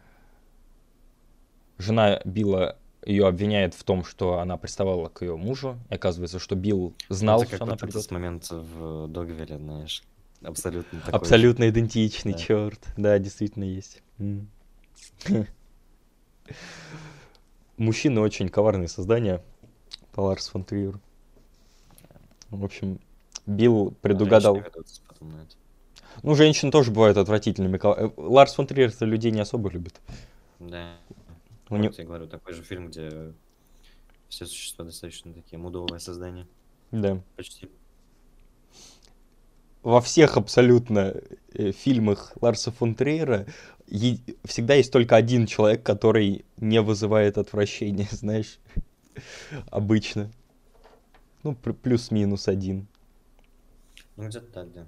Speaker 1: Жена Билла ее обвиняет в том, что она приставала к ее мужу. И оказывается, что Билл знал,
Speaker 2: Это как
Speaker 1: что она
Speaker 2: вот
Speaker 1: придет.
Speaker 2: этот момент в Догвилле, знаешь, абсолютно такой же.
Speaker 1: Абсолютно идентичный,
Speaker 2: Да.
Speaker 1: черт. Да, действительно есть. Мужчины очень коварные создания по Ларс фон Триеру. В общем, Билл
Speaker 2: Женщины
Speaker 1: предугадал.
Speaker 2: ведутся потом на это.
Speaker 1: Ну, женщины тоже бывают отвратительными. Ларс фон Триер людей не особо любит.
Speaker 2: Да.
Speaker 1: У него-
Speaker 2: Вот я говорю, такой же фильм, где все существа достаточно такие мудовые создания.
Speaker 1: Да.
Speaker 2: Почти.
Speaker 1: Во всех абсолютно фильмах Ларса фон Триера всегда есть только один человек, который не вызывает отвращения, знаешь, обычно. Ну, плюс-минус один.
Speaker 2: Ну, где-то так, да.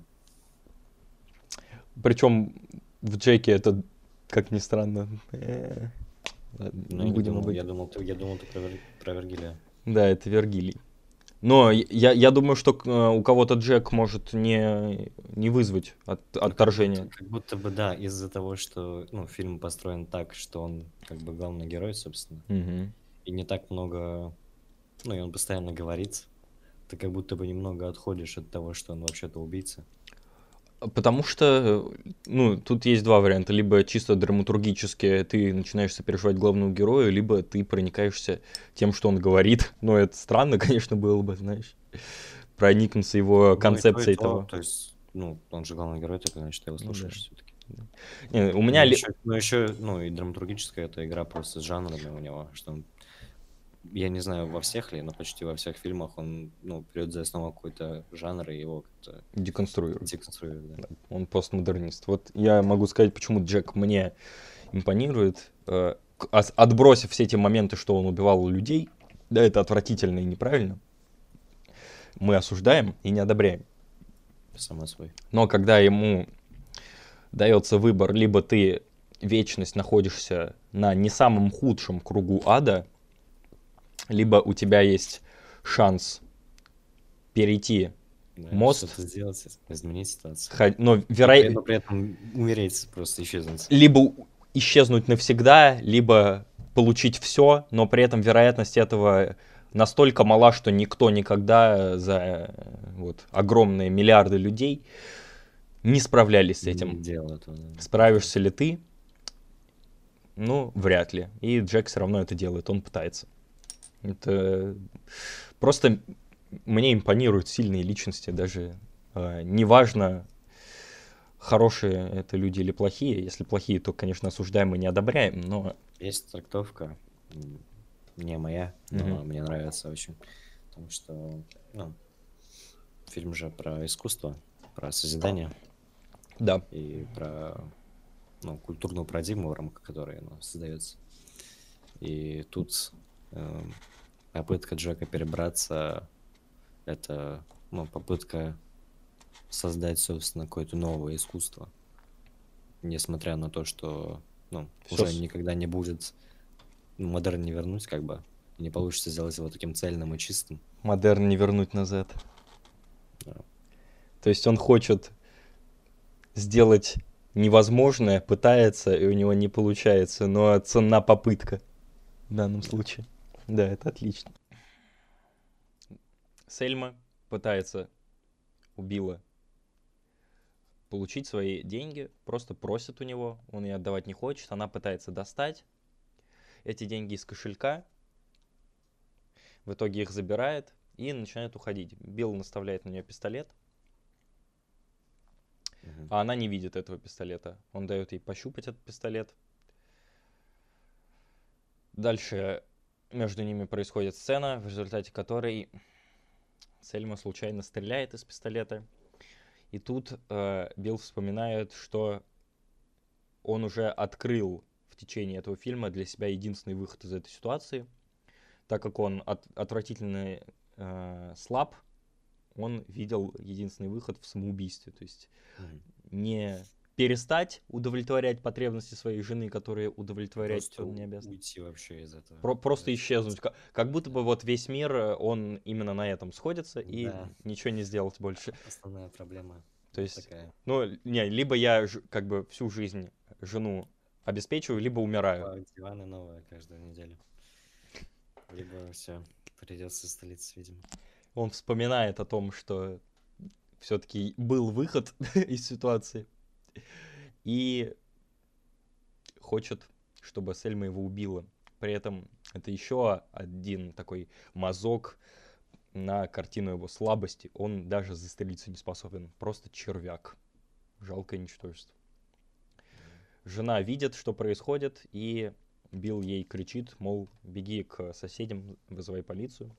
Speaker 1: Причем в Джеке это, как ни странно, ладно,
Speaker 2: Ну,
Speaker 1: не будем об
Speaker 2: я
Speaker 1: этом.
Speaker 2: думал, ты про Вергилия.
Speaker 1: Да, это Вергилий. Но я думаю, что у кого-то Джек может не вызвать отторжения.
Speaker 2: Как будто бы, да, из-за того, что, ну, фильм построен так, что он как бы главный герой, собственно,
Speaker 1: Мгм.
Speaker 2: и не так много, ну, и он постоянно говорит, ты как будто бы немного отходишь от того, что он вообще-то убийца.
Speaker 1: Потому что, ну, тут есть два варианта. Либо чисто драматургически ты начинаешь сопереживать главному герою, либо ты проникаешься тем, что он говорит. Но это странно, конечно, было бы, знаешь, проникнуться его
Speaker 2: Ну, и то, и
Speaker 1: концепцией
Speaker 2: то,
Speaker 1: того.
Speaker 2: то есть, ну, он же главный герой, так значит, ты его
Speaker 1: Ну да.
Speaker 2: слушаешь все-таки.
Speaker 1: Не, у меня...
Speaker 2: Ну, и драматургическая эта игра просто с жанрами у него, что он, я не знаю, во всех ли, но почти во всех фильмах он, ну, берет за основу какой-то жанр и его как-то
Speaker 1: Деконструирует.
Speaker 2: деконструирует, да.
Speaker 1: Да, он постмодернист. Вот я могу сказать, почему Джек мне импонирует. Отбросив все эти моменты, что он убивал людей, да, это отвратительно и неправильно, мы осуждаем и не одобряем.
Speaker 2: Само собой.
Speaker 1: Но когда ему дается выбор, либо ты вечность находишься на не самом худшем кругу ада, либо у тебя есть шанс перейти
Speaker 2: Да,
Speaker 1: мост,
Speaker 2: что-то сделать, изменить ситуацию.
Speaker 1: но
Speaker 2: Но при этом умереть, просто исчезнуть.
Speaker 1: либо исчезнуть навсегда, либо получить все, но при этом вероятность этого настолько мала, что никто никогда за вот, огромные миллиарды людей не справлялись с
Speaker 2: Не
Speaker 1: этим.
Speaker 2: делал этого, да.
Speaker 1: Справишься ли ты? Ну, вряд ли. И Джек все равно это делает, он пытается. Это просто мне импонируют сильные личности, даже неважно, хорошие это люди или плохие. Если плохие, то, конечно, осуждаем и не одобряем, но...
Speaker 2: Есть трактовка, не моя, но мне нравится очень, потому что, ну, фильм же про искусство, про созидание
Speaker 1: Да.
Speaker 2: и про, ну, культурную парадигму, в рамках которой оно создается. И тут попытка Джека перебраться, это, ну, попытка создать, собственно, какое-то новое искусство, несмотря на то, что, ну,
Speaker 1: Всё
Speaker 2: уже никогда не будет, модерн не вернуть, как бы, и не получится сделать его таким цельным и чистым.
Speaker 1: Модерн не вернуть назад.
Speaker 2: Да.
Speaker 1: То есть он хочет сделать невозможное, пытается, и у него не получается, но ценна попытка в данном случае. Да, это отлично. Сельма пытается у Билла получить свои деньги, просто просит у него, он ей отдавать не хочет, она пытается достать эти деньги из кошелька, в итоге их забирает и начинает уходить. Билл наставляет на нее пистолет, а она не видит этого пистолета. Он дает ей пощупать этот пистолет. Дальше между ними происходит сцена, в результате которой Сельма случайно стреляет из пистолета. И тут Билл вспоминает, что он уже открыл в течение этого фильма для себя единственный выход из этой ситуации. Так как он отвратительно слаб, он видел единственный выход в самоубийстве. То есть не перестать удовлетворять потребности своей жены, которые удовлетворять
Speaker 2: Просто
Speaker 1: он не обязан.
Speaker 2: уйти вообще из этого.
Speaker 1: Просто исчезнуть. Как будто бы вот весь мир, он именно на этом сходится, и
Speaker 2: Да.
Speaker 1: ничего не сделать больше.
Speaker 2: Основная проблема
Speaker 1: То есть,
Speaker 2: такая.
Speaker 1: ну, не, либо я как бы всю жизнь жену обеспечиваю, либо умираю.
Speaker 2: Покупают диваны новые каждую неделю. Либо все, придется столиться, видимо.
Speaker 1: Он вспоминает о том, что все-таки был выход из ситуации. И хочет, чтобы Сельма его убила. При этом это еще один такой мазок на картину его слабости. Он даже застрелиться не способен. Просто червяк. Жалкое ничтожество. Жена видит, что происходит, и Билл ей кричит, мол, беги к соседям, вызывай полицию.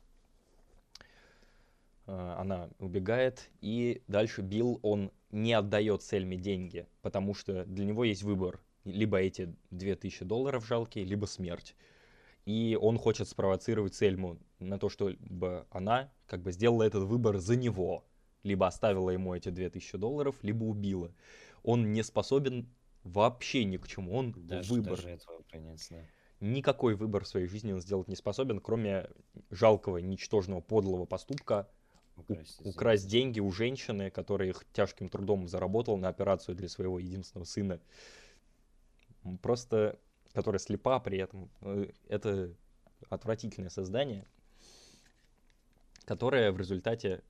Speaker 1: Она убегает, и дальше Билл, он не отдает Сельме деньги, потому что для него есть выбор. Либо эти $2000 жалкие, либо смерть. И он хочет спровоцировать Сельму на то, чтобы она как бы сделала этот выбор за него. Либо оставила ему эти $2000, либо убила. Он не способен вообще ни к чему. Он
Speaker 2: Даже этого принять, да.
Speaker 1: Никакой выбор в своей жизни он сделать не способен, кроме жалкого, ничтожного, подлого поступка украсть деньги у женщины, которая их тяжким трудом заработала на операцию для своего единственного сына. Просто, которая слепа при этом. Это отвратительное создание, которое в результате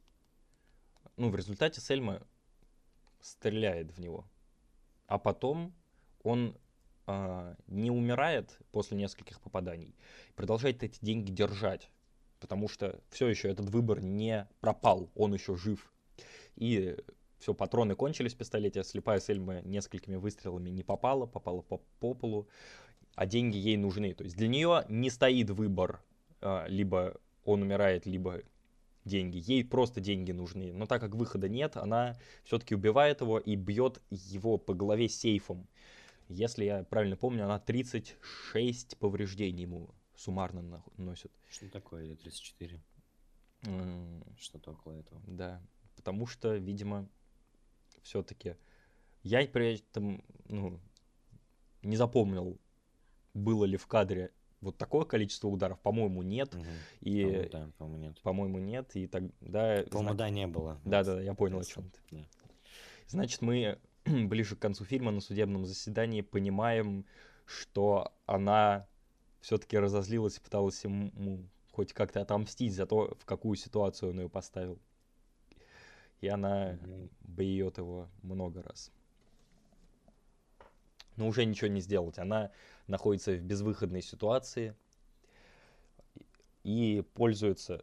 Speaker 1: Сельма стреляет в него. А потом он не умирает после нескольких попаданий, продолжает эти деньги держать, потому что все еще этот выбор не пропал, он еще жив. И все, патроны кончились в пистолете, слепая Сельма несколькими выстрелами не попала по полу, а деньги ей нужны. То есть для нее не стоит выбор, либо он умирает, либо деньги. Ей просто деньги нужны. Но так как выхода нет, она все-таки убивает его и бьет его по голове сейфом. Если я правильно помню, она 36 повреждений ему суммарно наносит.
Speaker 2: Что такое, или 34? Что-то около этого.
Speaker 1: Да, потому что, видимо, все-таки я при этом не запомнил, было ли в кадре вот такое количество ударов. По-моему, нет. И, по-моему, нет. И тогда...
Speaker 2: По-моему, да, не было.
Speaker 1: Да, я понял, о чем ты. Да. Значит, мы ближе к концу фильма на судебном заседании понимаем, что она все-таки разозлилась и пыталась ему хоть как-то отомстить за то, в какую ситуацию он ее поставил. И она бьет его много раз. Но уже ничего не сделать. Она находится в безвыходной ситуации и пользуется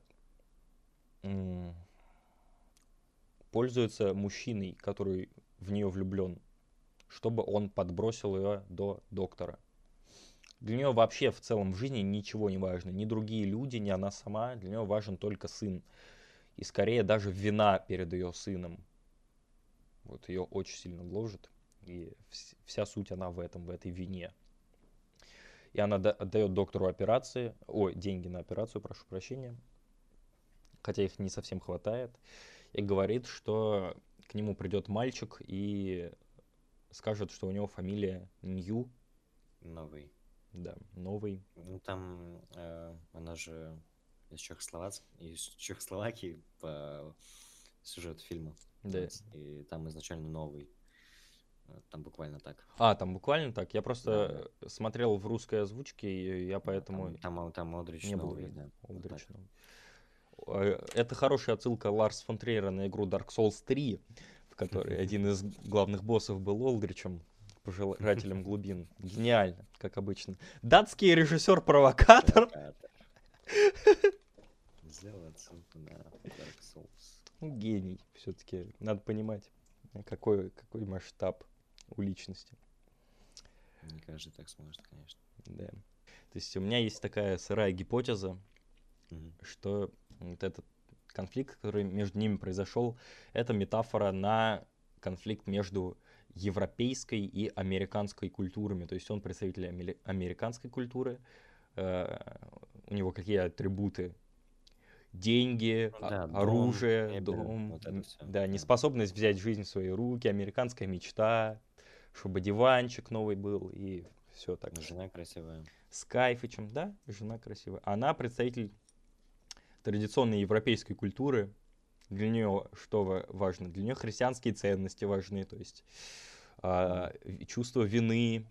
Speaker 1: мужчиной, который в нее влюблен, чтобы он подбросил ее до доктора. Для нее вообще в целом в жизни ничего не важно. Ни другие люди, ни она сама. Для нее важен только сын. И скорее даже вина перед ее сыном. Вот ее очень сильно гложет. И вся суть она в этой вине. И она отдает доктору деньги на операцию, прошу прощения. Хотя их не совсем хватает. И говорит, что к нему придет мальчик и скажет, что у него фамилия Нью.
Speaker 2: Новый.
Speaker 1: Да, новый.
Speaker 2: Ну, там она же из Чехословакии по сюжету фильма.
Speaker 1: Да.
Speaker 2: И там изначально новый. Там буквально так.
Speaker 1: Там буквально так? Я просто смотрел в русской озвучке, и я поэтому...
Speaker 2: Там Олдрич
Speaker 1: не
Speaker 2: новый,
Speaker 1: был
Speaker 2: да.
Speaker 1: Олдрич новый. Это хорошая отсылка Ларс фон Триера на игру Dark Souls 3, в которой один из главных боссов был Олдричем, пожирателем глубин. Гениально, как обычно. Датский режиссер-провокатор.
Speaker 2: Сделал отсылку на Dark Souls.
Speaker 1: Гений, все-таки. Надо понимать, какой масштаб у личности.
Speaker 2: Не каждый так сможет, конечно.
Speaker 1: Да. То есть у меня есть такая сырая гипотеза, что вот этот конфликт, который между ними произошел, это метафора на конфликт между европейской и американской культурами. То есть он представитель американской культуры, у него какие атрибуты? Деньги,
Speaker 2: Да, дом,
Speaker 1: оружие,
Speaker 2: мебель,
Speaker 1: дом,
Speaker 2: вот это все.
Speaker 1: да,
Speaker 2: Да.
Speaker 1: неспособность взять жизнь в свои руки, американская мечта, чтобы диванчик новый был и все так.
Speaker 2: Жена красивая.
Speaker 1: С кайфычем, да, жена красивая. Она представитель традиционной европейской культуры. Для нее что важно? Для нее христианские ценности важны, то есть чувство вины,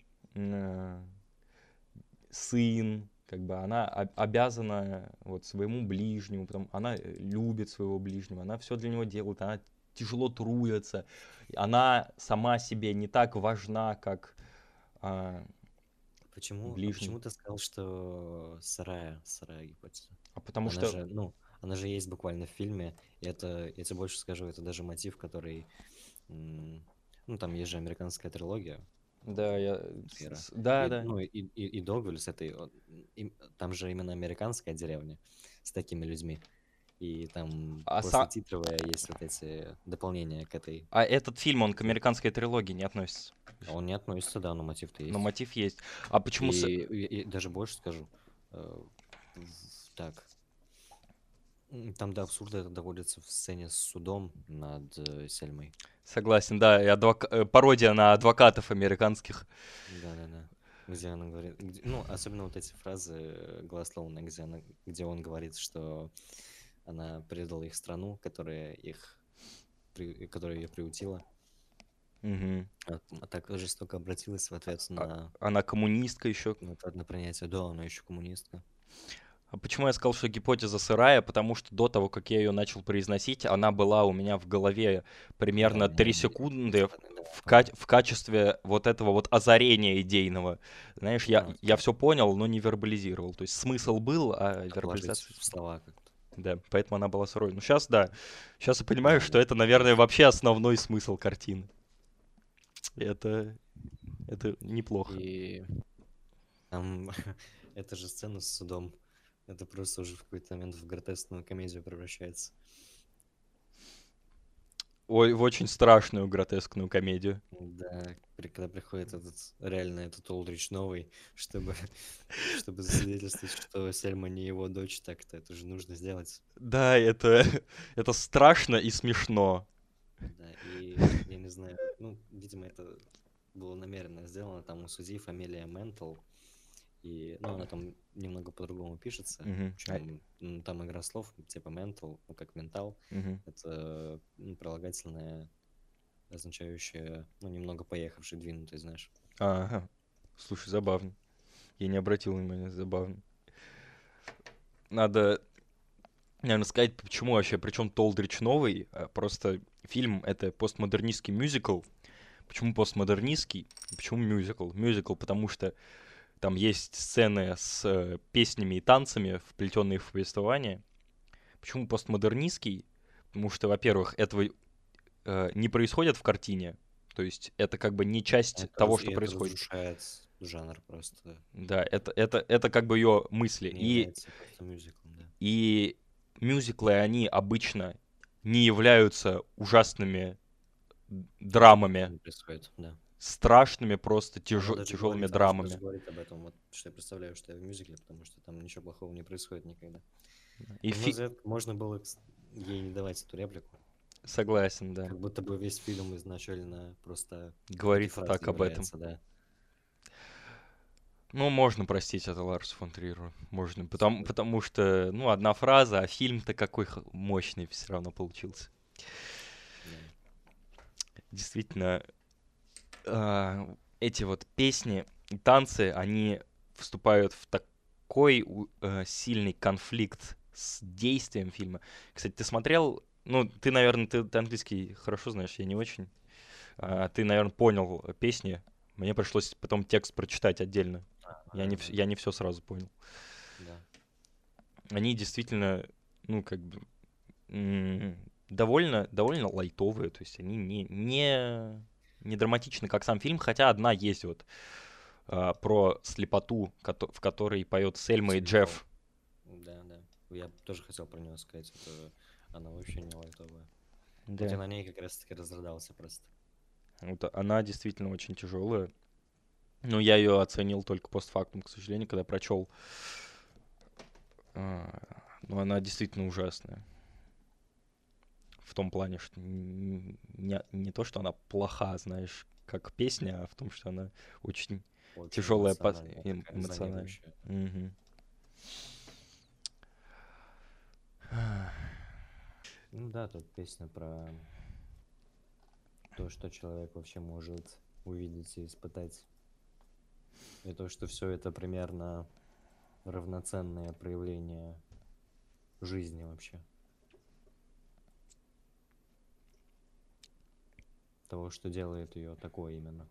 Speaker 1: сын, как бы она обязана вот своему ближнему, потом она любит своего ближнего, она все для него делает, она тяжело трудится, она сама себе не так важна, как
Speaker 2: Почему
Speaker 1: ближний.
Speaker 2: ты сказал, что сырая гипотеза?
Speaker 1: Потому
Speaker 2: Она
Speaker 1: что...
Speaker 2: же, она же есть буквально в фильме. И это, я тебе больше скажу, это даже мотив, который... там есть же американская трилогия.
Speaker 1: Да,
Speaker 2: Да,
Speaker 1: да.
Speaker 2: И Догвиль с этой... Там же именно американская деревня с такими людьми. И там послетитровые есть вот эти дополнения к этой...
Speaker 1: А этот фильм, он к американской трилогии не относится?
Speaker 2: Он не относится, да, но мотив-то есть.
Speaker 1: Но мотив есть. А почему...
Speaker 2: И даже больше скажу. Так. Там до абсурда это доводится в сцене с судом над Сельмой.
Speaker 1: Согласен, да, и пародия на адвокатов американских.
Speaker 2: Да. Где она говорит... особенно вот эти фразы голословные, где он говорит, что она предала их страну, которая ее приутила.
Speaker 1: Угу.
Speaker 2: А так жестоко обратилась в ответ на...
Speaker 1: Она коммунистка еще.
Speaker 2: На принятие. Да, она еще коммунистка.
Speaker 1: А почему я сказал, что гипотеза сырая? Потому что до того, как я ее начал произносить, она была у меня в голове примерно 3 секунды в качестве вот этого вот озарения идейного. Знаешь, я все понял, но не вербализировал. То есть смысл был, а вербализация...
Speaker 2: в слова как-то.
Speaker 1: Да, поэтому она была сырой. Ну, сейчас, да. Сейчас я понимаю, что это, наверное, вообще основной смысл картины. Это неплохо.
Speaker 2: И там эта же сцена с судом, это просто уже в какой-то момент в гротескную комедию превращается.
Speaker 1: Ой, в очень страшную гротескную комедию.
Speaker 2: Да, когда приходит этот Олдрич новый, чтобы засвидетельствовать, что Сельма не его дочь, так-то это же нужно сделать.
Speaker 1: Да, это страшно и смешно.
Speaker 2: Да, и я не знаю, видимо, это было намеренно сделано. Там у судьи фамилия Ментал, и, она там немного по-другому пишется, чем там игра слов, типа mental, как ментал. Это прилагательное, означающее, немного поехавший, двинутый, знаешь.
Speaker 1: Ага. Слушай, забавно. Я не обратил внимания, забавно. Надо, наверное, сказать, почему вообще, причем Толдрич новый. Просто фильм — это постмодернистский мюзикл. Почему постмодернистский? Почему мюзикл? Мюзикл, потому что там есть сцены с песнями и танцами, вплетенные в повествование. Почему постмодернистский? Потому что, во-первых, этого не происходит в картине. То есть это как бы не часть того, что происходит.
Speaker 2: Это разрушает жанр просто.
Speaker 1: Да, это как бы ее мысли. И мюзиклы, они обычно не являются ужасными драмами.
Speaker 2: Происходит, да.
Speaker 1: Страшными, просто тяжелыми драмами.
Speaker 2: Она говорит об этом, вот, что я представляю, что я в мюзикле, потому что там ничего плохого не происходит никогда. И можно было ей не давать эту реплику.
Speaker 1: Согласен, да.
Speaker 2: Как будто бы весь фильм изначально просто
Speaker 1: говорит так об этом.
Speaker 2: Да.
Speaker 1: Можно простить это Ларсу фон Триру. Можно, потому что, одна фраза, а фильм-то какой мощный все равно получился. Действительно, эти вот песни и танцы, они вступают в такой сильный конфликт с действием фильма. Кстати, ты смотрел... ты, наверное, ты английский хорошо знаешь, я не очень. Ты, наверное, понял песни. Мне пришлось потом текст прочитать отдельно. Я не все сразу понял.
Speaker 2: Да.
Speaker 1: Они действительно, довольно лайтовые, то есть они не драматичны, как сам фильм, хотя одна есть вот про слепоту, в которой поет Сельма и Джефф.
Speaker 2: Да. Я тоже хотел про него сказать. Это Она вообще не лайтовая. Вот
Speaker 1: Да.
Speaker 2: я на ней как раз-таки разрыдался просто.
Speaker 1: Вот она действительно очень тяжелая. Но я ее оценил только постфактум, к сожалению, когда прочел. Но она действительно ужасная. В том плане, что не то, что она плоха, знаешь, как песня, а в том, что она очень
Speaker 2: Очень
Speaker 1: тяжелая
Speaker 2: эмоциональная, такая
Speaker 1: эмоционально.
Speaker 2: резонирующая.
Speaker 1: Мгм.
Speaker 2: Ну да, тут песня про то, что человек вообще может увидеть и испытать. И то, что все это примерно равноценное проявление жизни вообще. Того, что делает ее такой именно.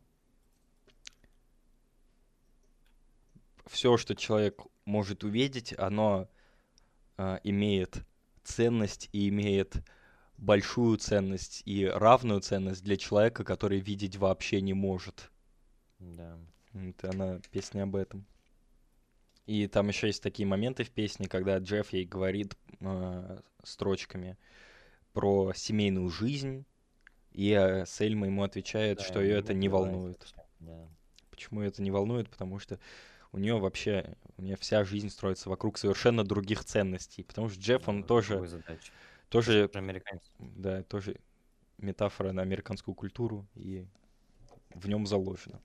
Speaker 1: Все, что человек может увидеть, оно имеет ценность и имеет большую ценность и равную ценность для человека, который видеть вообще не может.
Speaker 2: Да.
Speaker 1: Это она песня об этом. И там еще есть такие моменты в песне, когда Джефф ей говорит строчками про семейную жизнь, и Сельма ему отвечает,
Speaker 2: Да,
Speaker 1: что ее
Speaker 2: ему
Speaker 1: это не
Speaker 2: наплевать
Speaker 1: волнует.
Speaker 2: вообще. Да.
Speaker 1: Почему её это не волнует? Потому что у нее вся жизнь строится вокруг совершенно других ценностей. Потому что Джефф,
Speaker 2: Да,
Speaker 1: он
Speaker 2: уже другой задачи. Это же
Speaker 1: тоже,
Speaker 2: американец.
Speaker 1: да, тоже метафора на американскую культуру, и в нем заложено.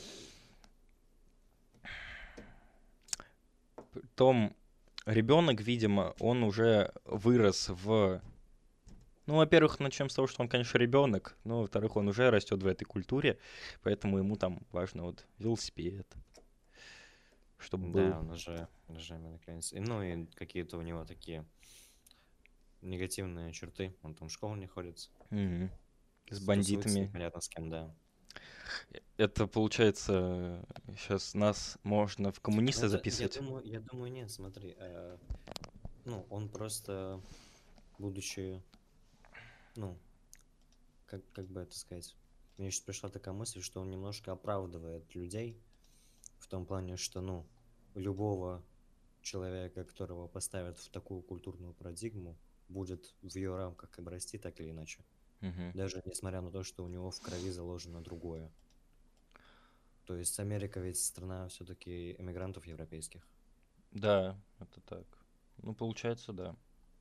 Speaker 1: Том ребенок, видимо, он уже вырос в... Ну, во-первых, начнем с того, что он, конечно, ребенок, но, во-вторых, он уже растет в этой культуре, поэтому ему там важно вот велосипед, чтобы был.
Speaker 2: Да, он уже американец. И, ну и какие-то у него такие негативные черты. Он там в школу не ходит,
Speaker 1: Мгм. С
Speaker 2: тусуется
Speaker 1: бандитами.
Speaker 2: непонятно с кем, да.
Speaker 1: Это, получается, сейчас нас можно в
Speaker 2: Ну,
Speaker 1: коммунисты
Speaker 2: это, я
Speaker 1: записывать.
Speaker 2: думаю, я думаю, нет, смотри. Ну, он просто, будучи, ну, как бы это сказать, мне сейчас пришла такая мысль, что он немножко оправдывает людей в том плане, что, ну, любого человека, которого поставят в такую культурную парадигму, будет в ее рамках обрасти так или иначе.
Speaker 1: Мгм.
Speaker 2: Даже несмотря на то, что у него в крови заложено другое. То есть Америка ведь страна все-таки эмигрантов европейских.
Speaker 1: Да, это так. Ну, получается, да.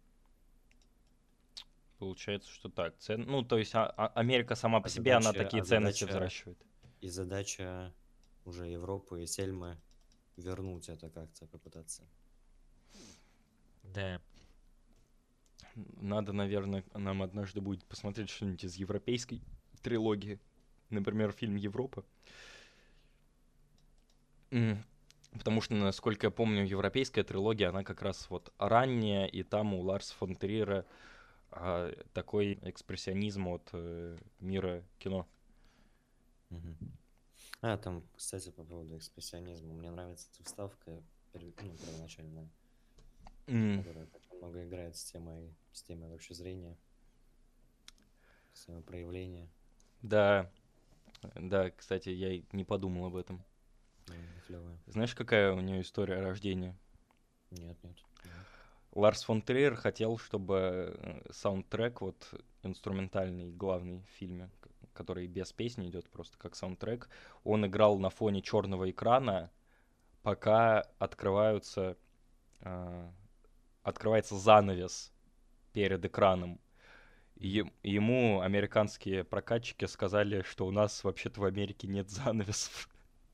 Speaker 1: Получается, что так. Ну, то есть Америка сама по
Speaker 2: А
Speaker 1: себе, она
Speaker 2: задача,
Speaker 1: такие
Speaker 2: а
Speaker 1: ценности
Speaker 2: задача,
Speaker 1: взращивает.
Speaker 2: и задача уже Европы и Сельмы вернуть это как-то попытаться.
Speaker 1: Да. Надо, наверное, нам однажды будет посмотреть что-нибудь из европейской трилогии. Например, фильм «Европа». Потому что, насколько я помню, европейская трилогия, она как раз вот ранняя, и там у Ларса фон Триера такой экспрессионизм от мира кино.
Speaker 2: Мгм. Там, кстати, по поводу экспрессионизма. Мне нравится вставка, ну, первоначальная,
Speaker 1: М,
Speaker 2: которая так много играет с темой вообще зрения, с темой проявления.
Speaker 1: Да, да, кстати, я и не подумал об этом.
Speaker 2: Клевая.
Speaker 1: Знаешь, какая у нее история рождения?
Speaker 2: Нет, нет. Давай.
Speaker 1: Ларс фон Триер хотел, чтобы саундтрек, вот инструментальный, главный в фильме, который без песни идет просто как саундтрек, он играл на фоне черного экрана, пока открывается занавес перед экраном.
Speaker 2: Мгм.
Speaker 1: Ему американские прокатчики сказали, что у нас вообще-то в Америке нет занавесов.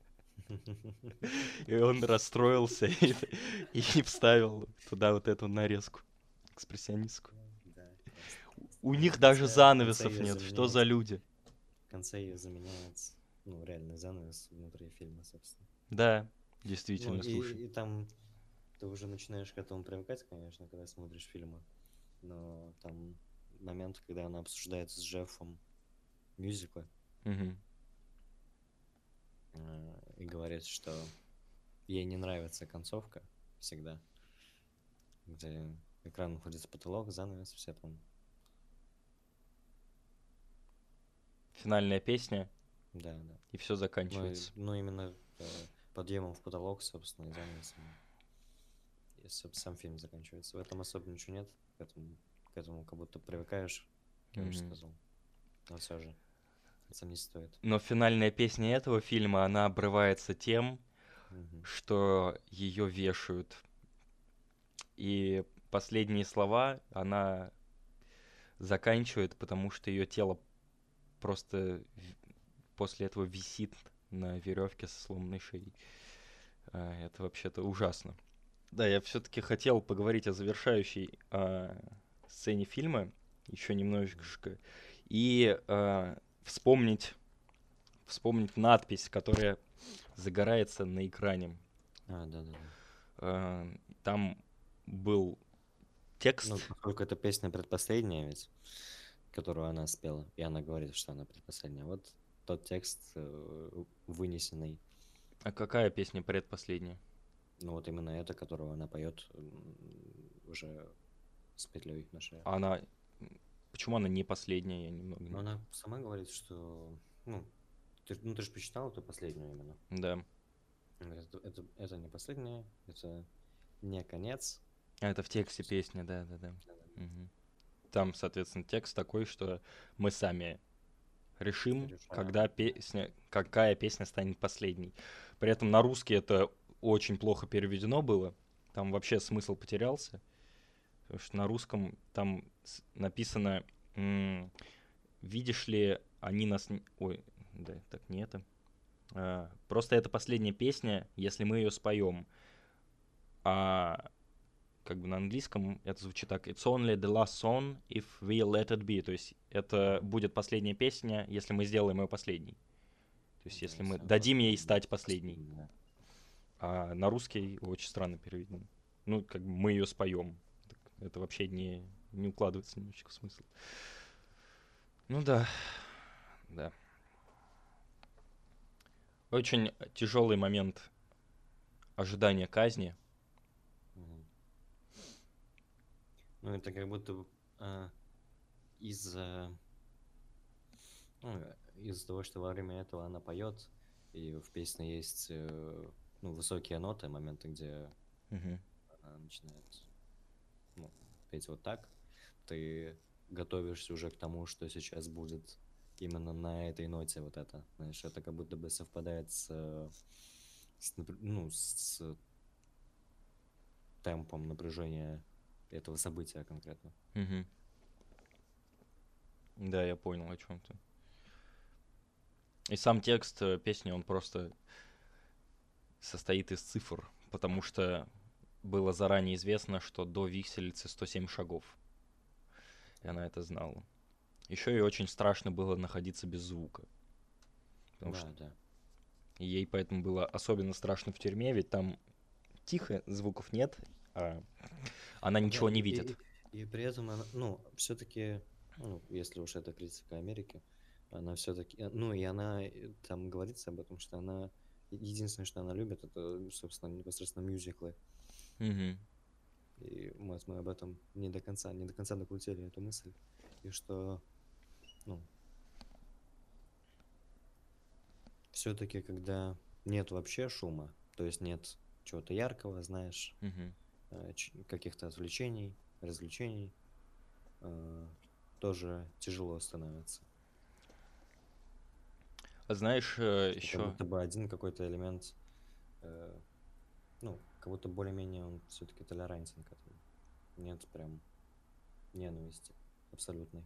Speaker 1: И он расстроился и вставил туда вот эту нарезку экспрессионистскую.
Speaker 2: Да, классно, классно.
Speaker 1: У
Speaker 2: Ну и
Speaker 1: них даже
Speaker 2: в конце
Speaker 1: занавесов
Speaker 2: ее
Speaker 1: нет. Что
Speaker 2: заменяет,
Speaker 1: за люди?
Speaker 2: в конце ее заменяет, ну, реальный занавес внутри фильма, собственно.
Speaker 1: Да,
Speaker 2: Ну,
Speaker 1: действительно, слушай.
Speaker 2: и там ты уже начинаешь к этому привыкать, конечно, когда смотришь фильмы, но там момент, когда она обсуждает с Джеффом мюзиклы
Speaker 1: Мгм.
Speaker 2: и говорит, что ей не нравится концовка всегда, где экран уходит в потолок, занавес, все там.
Speaker 1: Финальная песня,
Speaker 2: Да, да.
Speaker 1: и все заканчивается.
Speaker 2: Ну именно подъемом в потолок, собственно, и занавесом. И сам фильм заканчивается. В этом особо ничего нет, поэтому к этому как будто привыкаешь, как я уже
Speaker 1: Мгм.
Speaker 2: сказал. Но все же, это не стоит.
Speaker 1: Но финальная песня этого фильма, она обрывается тем,
Speaker 2: Мгм.
Speaker 1: что ее вешают. И последние слова она заканчивает, потому что ее тело просто после этого висит на веревке со сломанной шеей. Это вообще-то ужасно. Да, я все-таки хотел поговорить о завершающей сцене фильма еще
Speaker 2: Мгм.
Speaker 1: немножечко и вспомнить надпись, которая загорается на экране.
Speaker 2: Да-да-да.
Speaker 1: Там был
Speaker 2: Ну,
Speaker 1: текст.
Speaker 2: поскольку эта песня предпоследняя ведь, которую она спела, и она говорит, что она предпоследняя. Вот тот текст вынесенный,
Speaker 1: А какая песня предпоследняя?
Speaker 2: ну вот именно это, которую она поет уже с петлей на шее.
Speaker 1: Она... Почему она не последняя? Я немного
Speaker 2: Но
Speaker 1: не...
Speaker 2: она сама говорит, что, ну, ты же почитал эту последнюю именно.
Speaker 1: Да.
Speaker 2: Она говорит, это не последняя, это не конец.
Speaker 1: Это в тексте песни, да-да-да.
Speaker 2: Да-да-да.
Speaker 1: Мгм. Там, соответственно, текст такой, что мы сами решим,
Speaker 2: Решаем.
Speaker 1: какая песня станет последней. При этом на русский это очень плохо переведено было. Там вообще смысл потерялся. Потому что на русском там написано, видишь ли, они нас... Ой, да, так не это. Просто это последняя песня, если мы ее споем. А как бы на английском это звучит так: It's only the last song if we let it be. То есть это
Speaker 2: Мгм.
Speaker 1: будет последняя песня, если мы сделаем ее последней. То есть
Speaker 2: Да,
Speaker 1: если мы
Speaker 2: если она
Speaker 1: дадим
Speaker 2: просто
Speaker 1: ей
Speaker 2: будет
Speaker 1: стать последней.
Speaker 2: последняя.
Speaker 1: А на русский очень странно переведено. Ну, как бы мы ее споем. Это вообще не укладывается немножечко в смысл. Ну да, да. Очень тяжелый момент ожидания казни.
Speaker 2: Мгм. Ну, это как будто бы а, из-за из-за того, что во время этого она поет, и в песне есть высокие ноты, моменты, где
Speaker 1: Мгм.
Speaker 2: она начинает ну, петь вот так, ты готовишься уже к тому, что сейчас будет именно на этой ноте вот это. Знаешь, это как будто бы совпадает с темпом напряжения этого события конкретно.
Speaker 1: Мгм. Да, я понял, о чем ты. И сам текст песни, он просто состоит из цифр, потому что было заранее известно, что до виселицы 107 шагов, и она это знала. Еще и очень страшно было находиться без звука, потому что
Speaker 2: Да, да.
Speaker 1: ей поэтому было особенно страшно в тюрьме, ведь там тихо, звуков нет, а она
Speaker 2: Да,
Speaker 1: ничего не видит.
Speaker 2: и при этом она, все-таки, если уж это критика Америки, она все-таки, и она там говорится об этом, что она единственное, что она любит, это, собственно, непосредственно мюзиклы.
Speaker 1: Мгм.
Speaker 2: И мы об этом не до конца докрутили эту мысль. И что, ну, все-таки, когда нет вообще шума, то есть нет чего-то яркого, знаешь,
Speaker 1: Мгм.
Speaker 2: каких-то отвлечений, развлечений, э, тоже тяжело становится.
Speaker 1: А знаешь,
Speaker 2: Что как
Speaker 1: еще...
Speaker 2: будто бы один какой-то элемент, э, как будто более-менее он все-таки толерантен к этому. Нет прям ненависти абсолютной.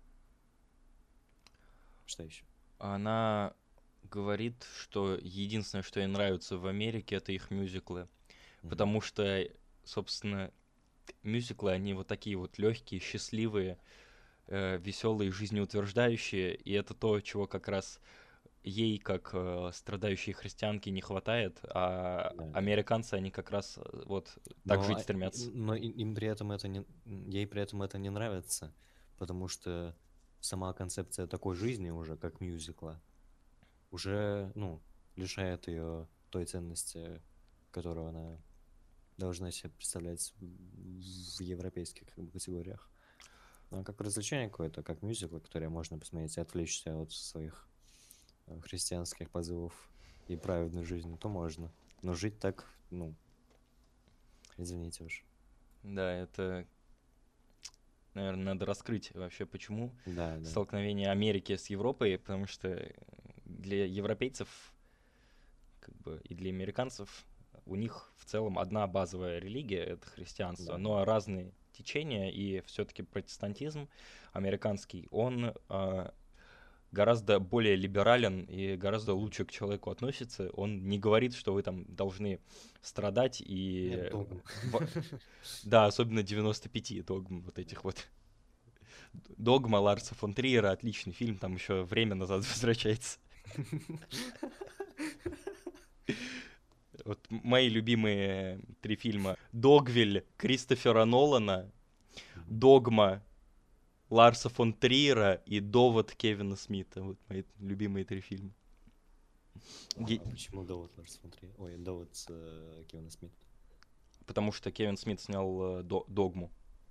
Speaker 2: Что еще?
Speaker 1: Она говорит, что единственное, что ей нравится в Америке, это их мюзиклы.
Speaker 2: Мгм.
Speaker 1: Потому что, собственно, мюзиклы, они вот такие вот легкие, счастливые, веселые, жизнеутверждающие, и это то, чего как раз ей, как страдающей христианке, не хватает, а
Speaker 2: Да, да.
Speaker 1: американцы, они как раз вот так
Speaker 2: Но,
Speaker 1: жить стремятся.
Speaker 2: им при этом ей при этом это не нравится, потому что сама концепция такой жизни уже, как мюзикла, уже, лишает ее той ценности, которую она должна себе представлять в европейских как бы, категориях. А как развлечение какое-то, как мюзикл, которое можно посмотреть и отвлечься от своих христианских позывов и праведной жизни, то можно. Но жить так, извините уж.
Speaker 1: Да, это наверное, надо раскрыть вообще, почему
Speaker 2: Да, да.
Speaker 1: столкновение Америки с Европой, потому что для европейцев как бы, и для американцев у них в целом одна базовая религия — это христианство,
Speaker 2: Да.
Speaker 1: но разные течения, и все-таки протестантизм американский, он гораздо более либерален и гораздо лучше к человеку относится. Он не говорит, что вы там должны страдать
Speaker 2: Нет
Speaker 1: и...
Speaker 2: догм.
Speaker 1: Да, особенно 95 догм вот этих вот. Догма Ларса фон Триера — отличный фильм, там еще время назад возвращается. Вот мои любимые 3 фильма: Догвиль Кристофера Нолана, Догма Ларса фон Триера и Довод Кевина Смита. Вот мои любимые 3 фильма.
Speaker 2: А почему довод Ларс фон Триер? Ой, довод Кевина Смита.
Speaker 1: Потому что Кевин Смит снял Догму.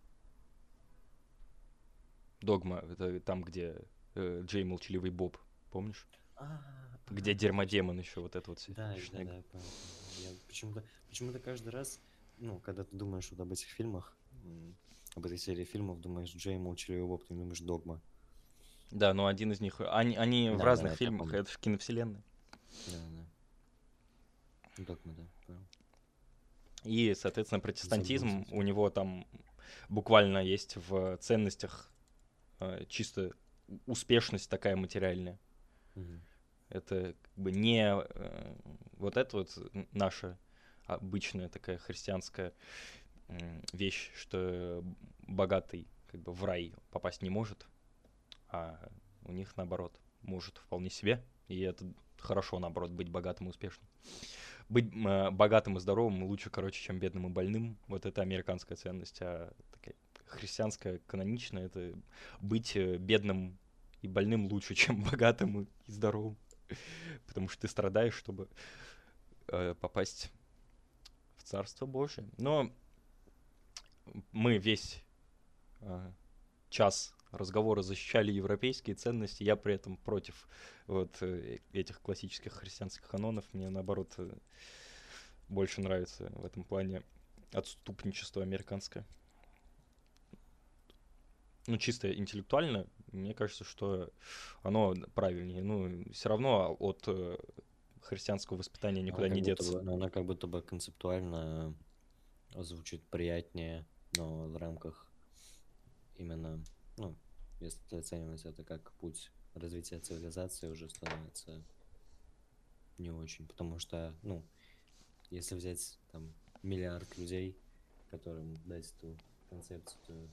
Speaker 1: Догма — это там, где Джей Молчаливый Боб, помнишь? Где Дермодемон еще, вот это вот все.
Speaker 2: Да, да, понял. Я почему-то каждый раз, ну, когда ты думаешь вот об этих фильмах, об этой серии фильмов, думаешь Джей Молчаливый Боб, ты думаешь Догма.
Speaker 1: Да, но один из них... Они в
Speaker 2: Да,
Speaker 1: разных
Speaker 2: да,
Speaker 1: фильмах,
Speaker 2: помню.
Speaker 1: это же киновселенная.
Speaker 2: Да. Догма, да, понял.
Speaker 1: И, соответственно, протестантизм
Speaker 2: Забыл.
Speaker 1: у него там буквально есть в ценностях чисто успешность такая материальная.
Speaker 2: Мгм.
Speaker 1: Это как бы не вот это вот наша обычная такая христианская вещь, что богатый как бы в рай попасть не может, а у них наоборот может вполне себе, и это хорошо, наоборот, быть богатым и успешным. Быть богатым и здоровым лучше, короче, чем бедным и больным. Вот это американская ценность, а такая христианская, каноничная — это быть бедным и больным лучше, чем богатым и здоровым. Потому что ты страдаешь, чтобы попасть в Царство Божие. Но мы весь час разговора защищали европейские ценности, я при этом против вот этих классических христианских канонов. Мне, наоборот, больше нравится в этом плане отступничество американское. Ну, чисто интеллектуально, мне кажется, что оно правильнее. Ну, все равно от христианского воспитания никуда не деться.
Speaker 2: Она как будто бы концептуально звучит приятнее, но в рамках именно, ну, если оценивать это как путь развития цивилизации, уже становится не очень. Потому что, ну, если взять там миллиард людей, которым дать эту концепцию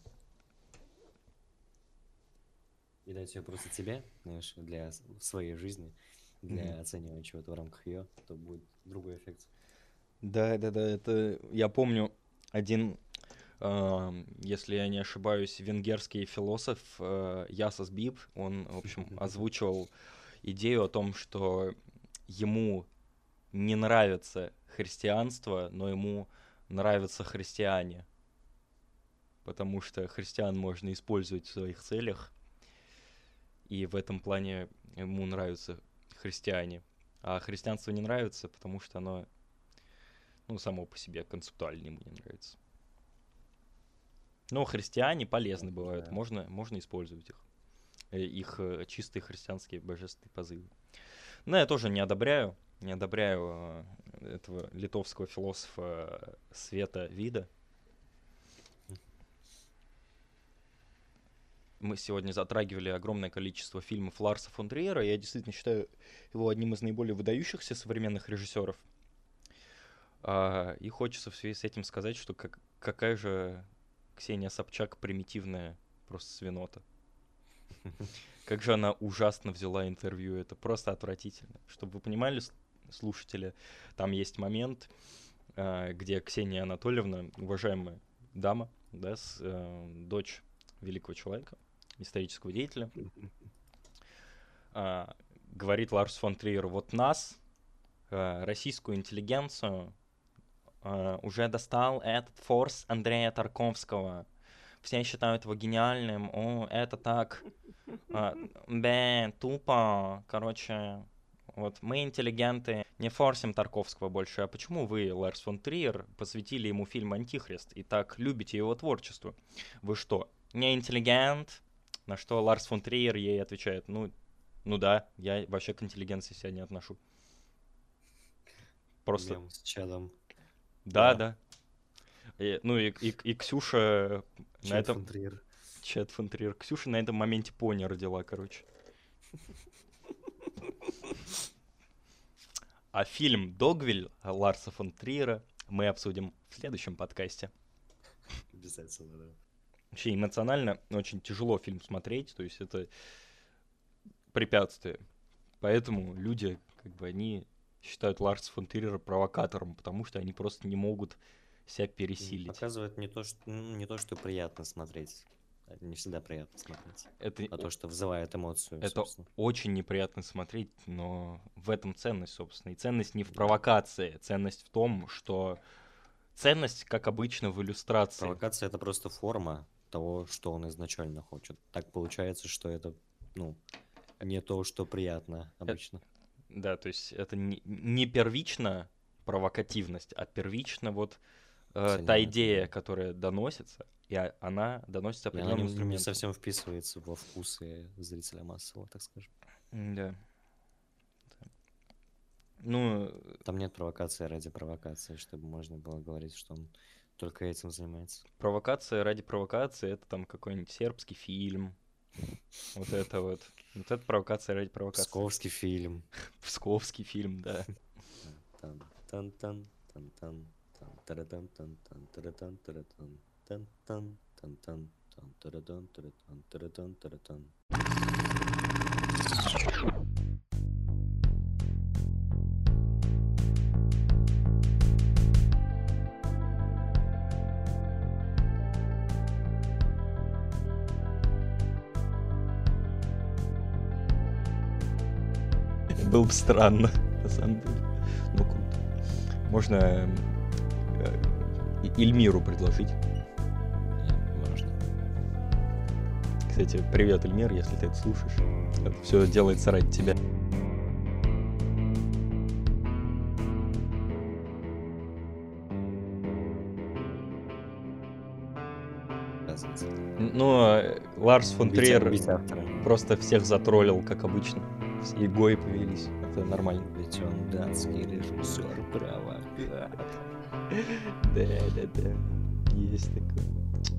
Speaker 2: и дать ее просто тебе, знаешь, для своей жизни, для оценивания чего-то в рамках ее, то будет другой эффект.
Speaker 1: Да, это я помню один, если я не ошибаюсь, венгерский философ Ясос Биб, он, в общем, озвучивал идею о том, что ему не нравится христианство, но ему нравятся христиане, потому что христиан можно использовать в своих целях, и в этом плане ему нравятся христиане. А христианство не нравится, потому что оно, ну, само по себе концептуально ему не нравится. Но христиане полезны бывают,
Speaker 2: Да.
Speaker 1: можно использовать их чистые христианские божественные позывы. Но я тоже не одобряю этого литовского философа Света Вида. Мы сегодня затрагивали огромное количество фильмов Ларса фон Триера. Я действительно считаю его одним из наиболее выдающихся современных режиссеров. И хочется в связи с этим сказать, что какая же Ксения Собчак примитивная просто свинота. Как же она ужасно взяла интервью. Это просто отвратительно. Чтобы вы понимали, слушатели, там есть момент, где Ксения Анатольевна, уважаемая дама, да, дочь великого человека, исторического деятеля, говорит Ларс фон Триер: вот нас, российскую интеллигенцию, уже достал этот форс Андрея Тарковского. Все считают его гениальным. О, это так тупо. Короче, вот мы, интеллигенты, не форсим Тарковского больше. А почему вы, Ларс фон Триер, посвятили ему фильм «Антихрист» и так любите его творчество? Вы что, не интеллигент. На что Ларс фон Триер ей отвечает, ну да, я вообще к интеллигенции себя не отношу. Просто...
Speaker 2: Мем с чадом.
Speaker 1: Да,
Speaker 2: Да.
Speaker 1: да. И Ксюша на
Speaker 2: Чат
Speaker 1: этом...
Speaker 2: фон Триер.
Speaker 1: Чат фон Триер. Ксюша на этом моменте пони родила, короче. А фильм «Догвиль» Ларса фон Триера мы обсудим в следующем подкасте.
Speaker 2: Обязательно, да.
Speaker 1: Вообще эмоционально очень тяжело фильм смотреть, то есть это препятствие. Поэтому люди, как бы, они считают Ларса фон Триера провокатором, потому что они просто не могут себя пересилить.
Speaker 2: Показывает не то, что приятно смотреть. Это не всегда приятно смотреть. А то, что вызывает эмоцию,
Speaker 1: Это
Speaker 2: собственно.
Speaker 1: очень неприятно смотреть, но в этом ценность, собственно. И ценность не в провокации, ценность в том, что... Ценность, как обычно, в иллюстрации.
Speaker 2: Провокация — это просто форма того, что он изначально хочет. Так получается, что это, не то, что приятно обычно.
Speaker 1: Да, то есть это не первично провокативность, а первично вот та идея, которая доносится, и она доносится определенным инструментом.
Speaker 2: Не совсем вписывается во вкусы зрителя массового, так скажем.
Speaker 1: Да.
Speaker 2: Там нет провокации ради провокации, чтобы можно было говорить, что он только этим занимается.
Speaker 1: Провокация ради провокации — это там какой-нибудь сербский фильм. Вот это вот. Вот это провокация ради провокации.
Speaker 2: Псковский фильм.
Speaker 1: Псковский фильм, да. Было бы странно, на самом деле. Ну, круто. Можно Эльмиру предложить.
Speaker 2: Можно.
Speaker 1: Кстати, привет, Эльмир, если ты это слушаешь. Это все делается ради тебя. Ну, Ларс фон Триер просто всех затроллил, как обычно. Все игои повелись. Это нормально.
Speaker 2: Ведь он датский режиссер, провокатор.
Speaker 1: Да. Есть такое.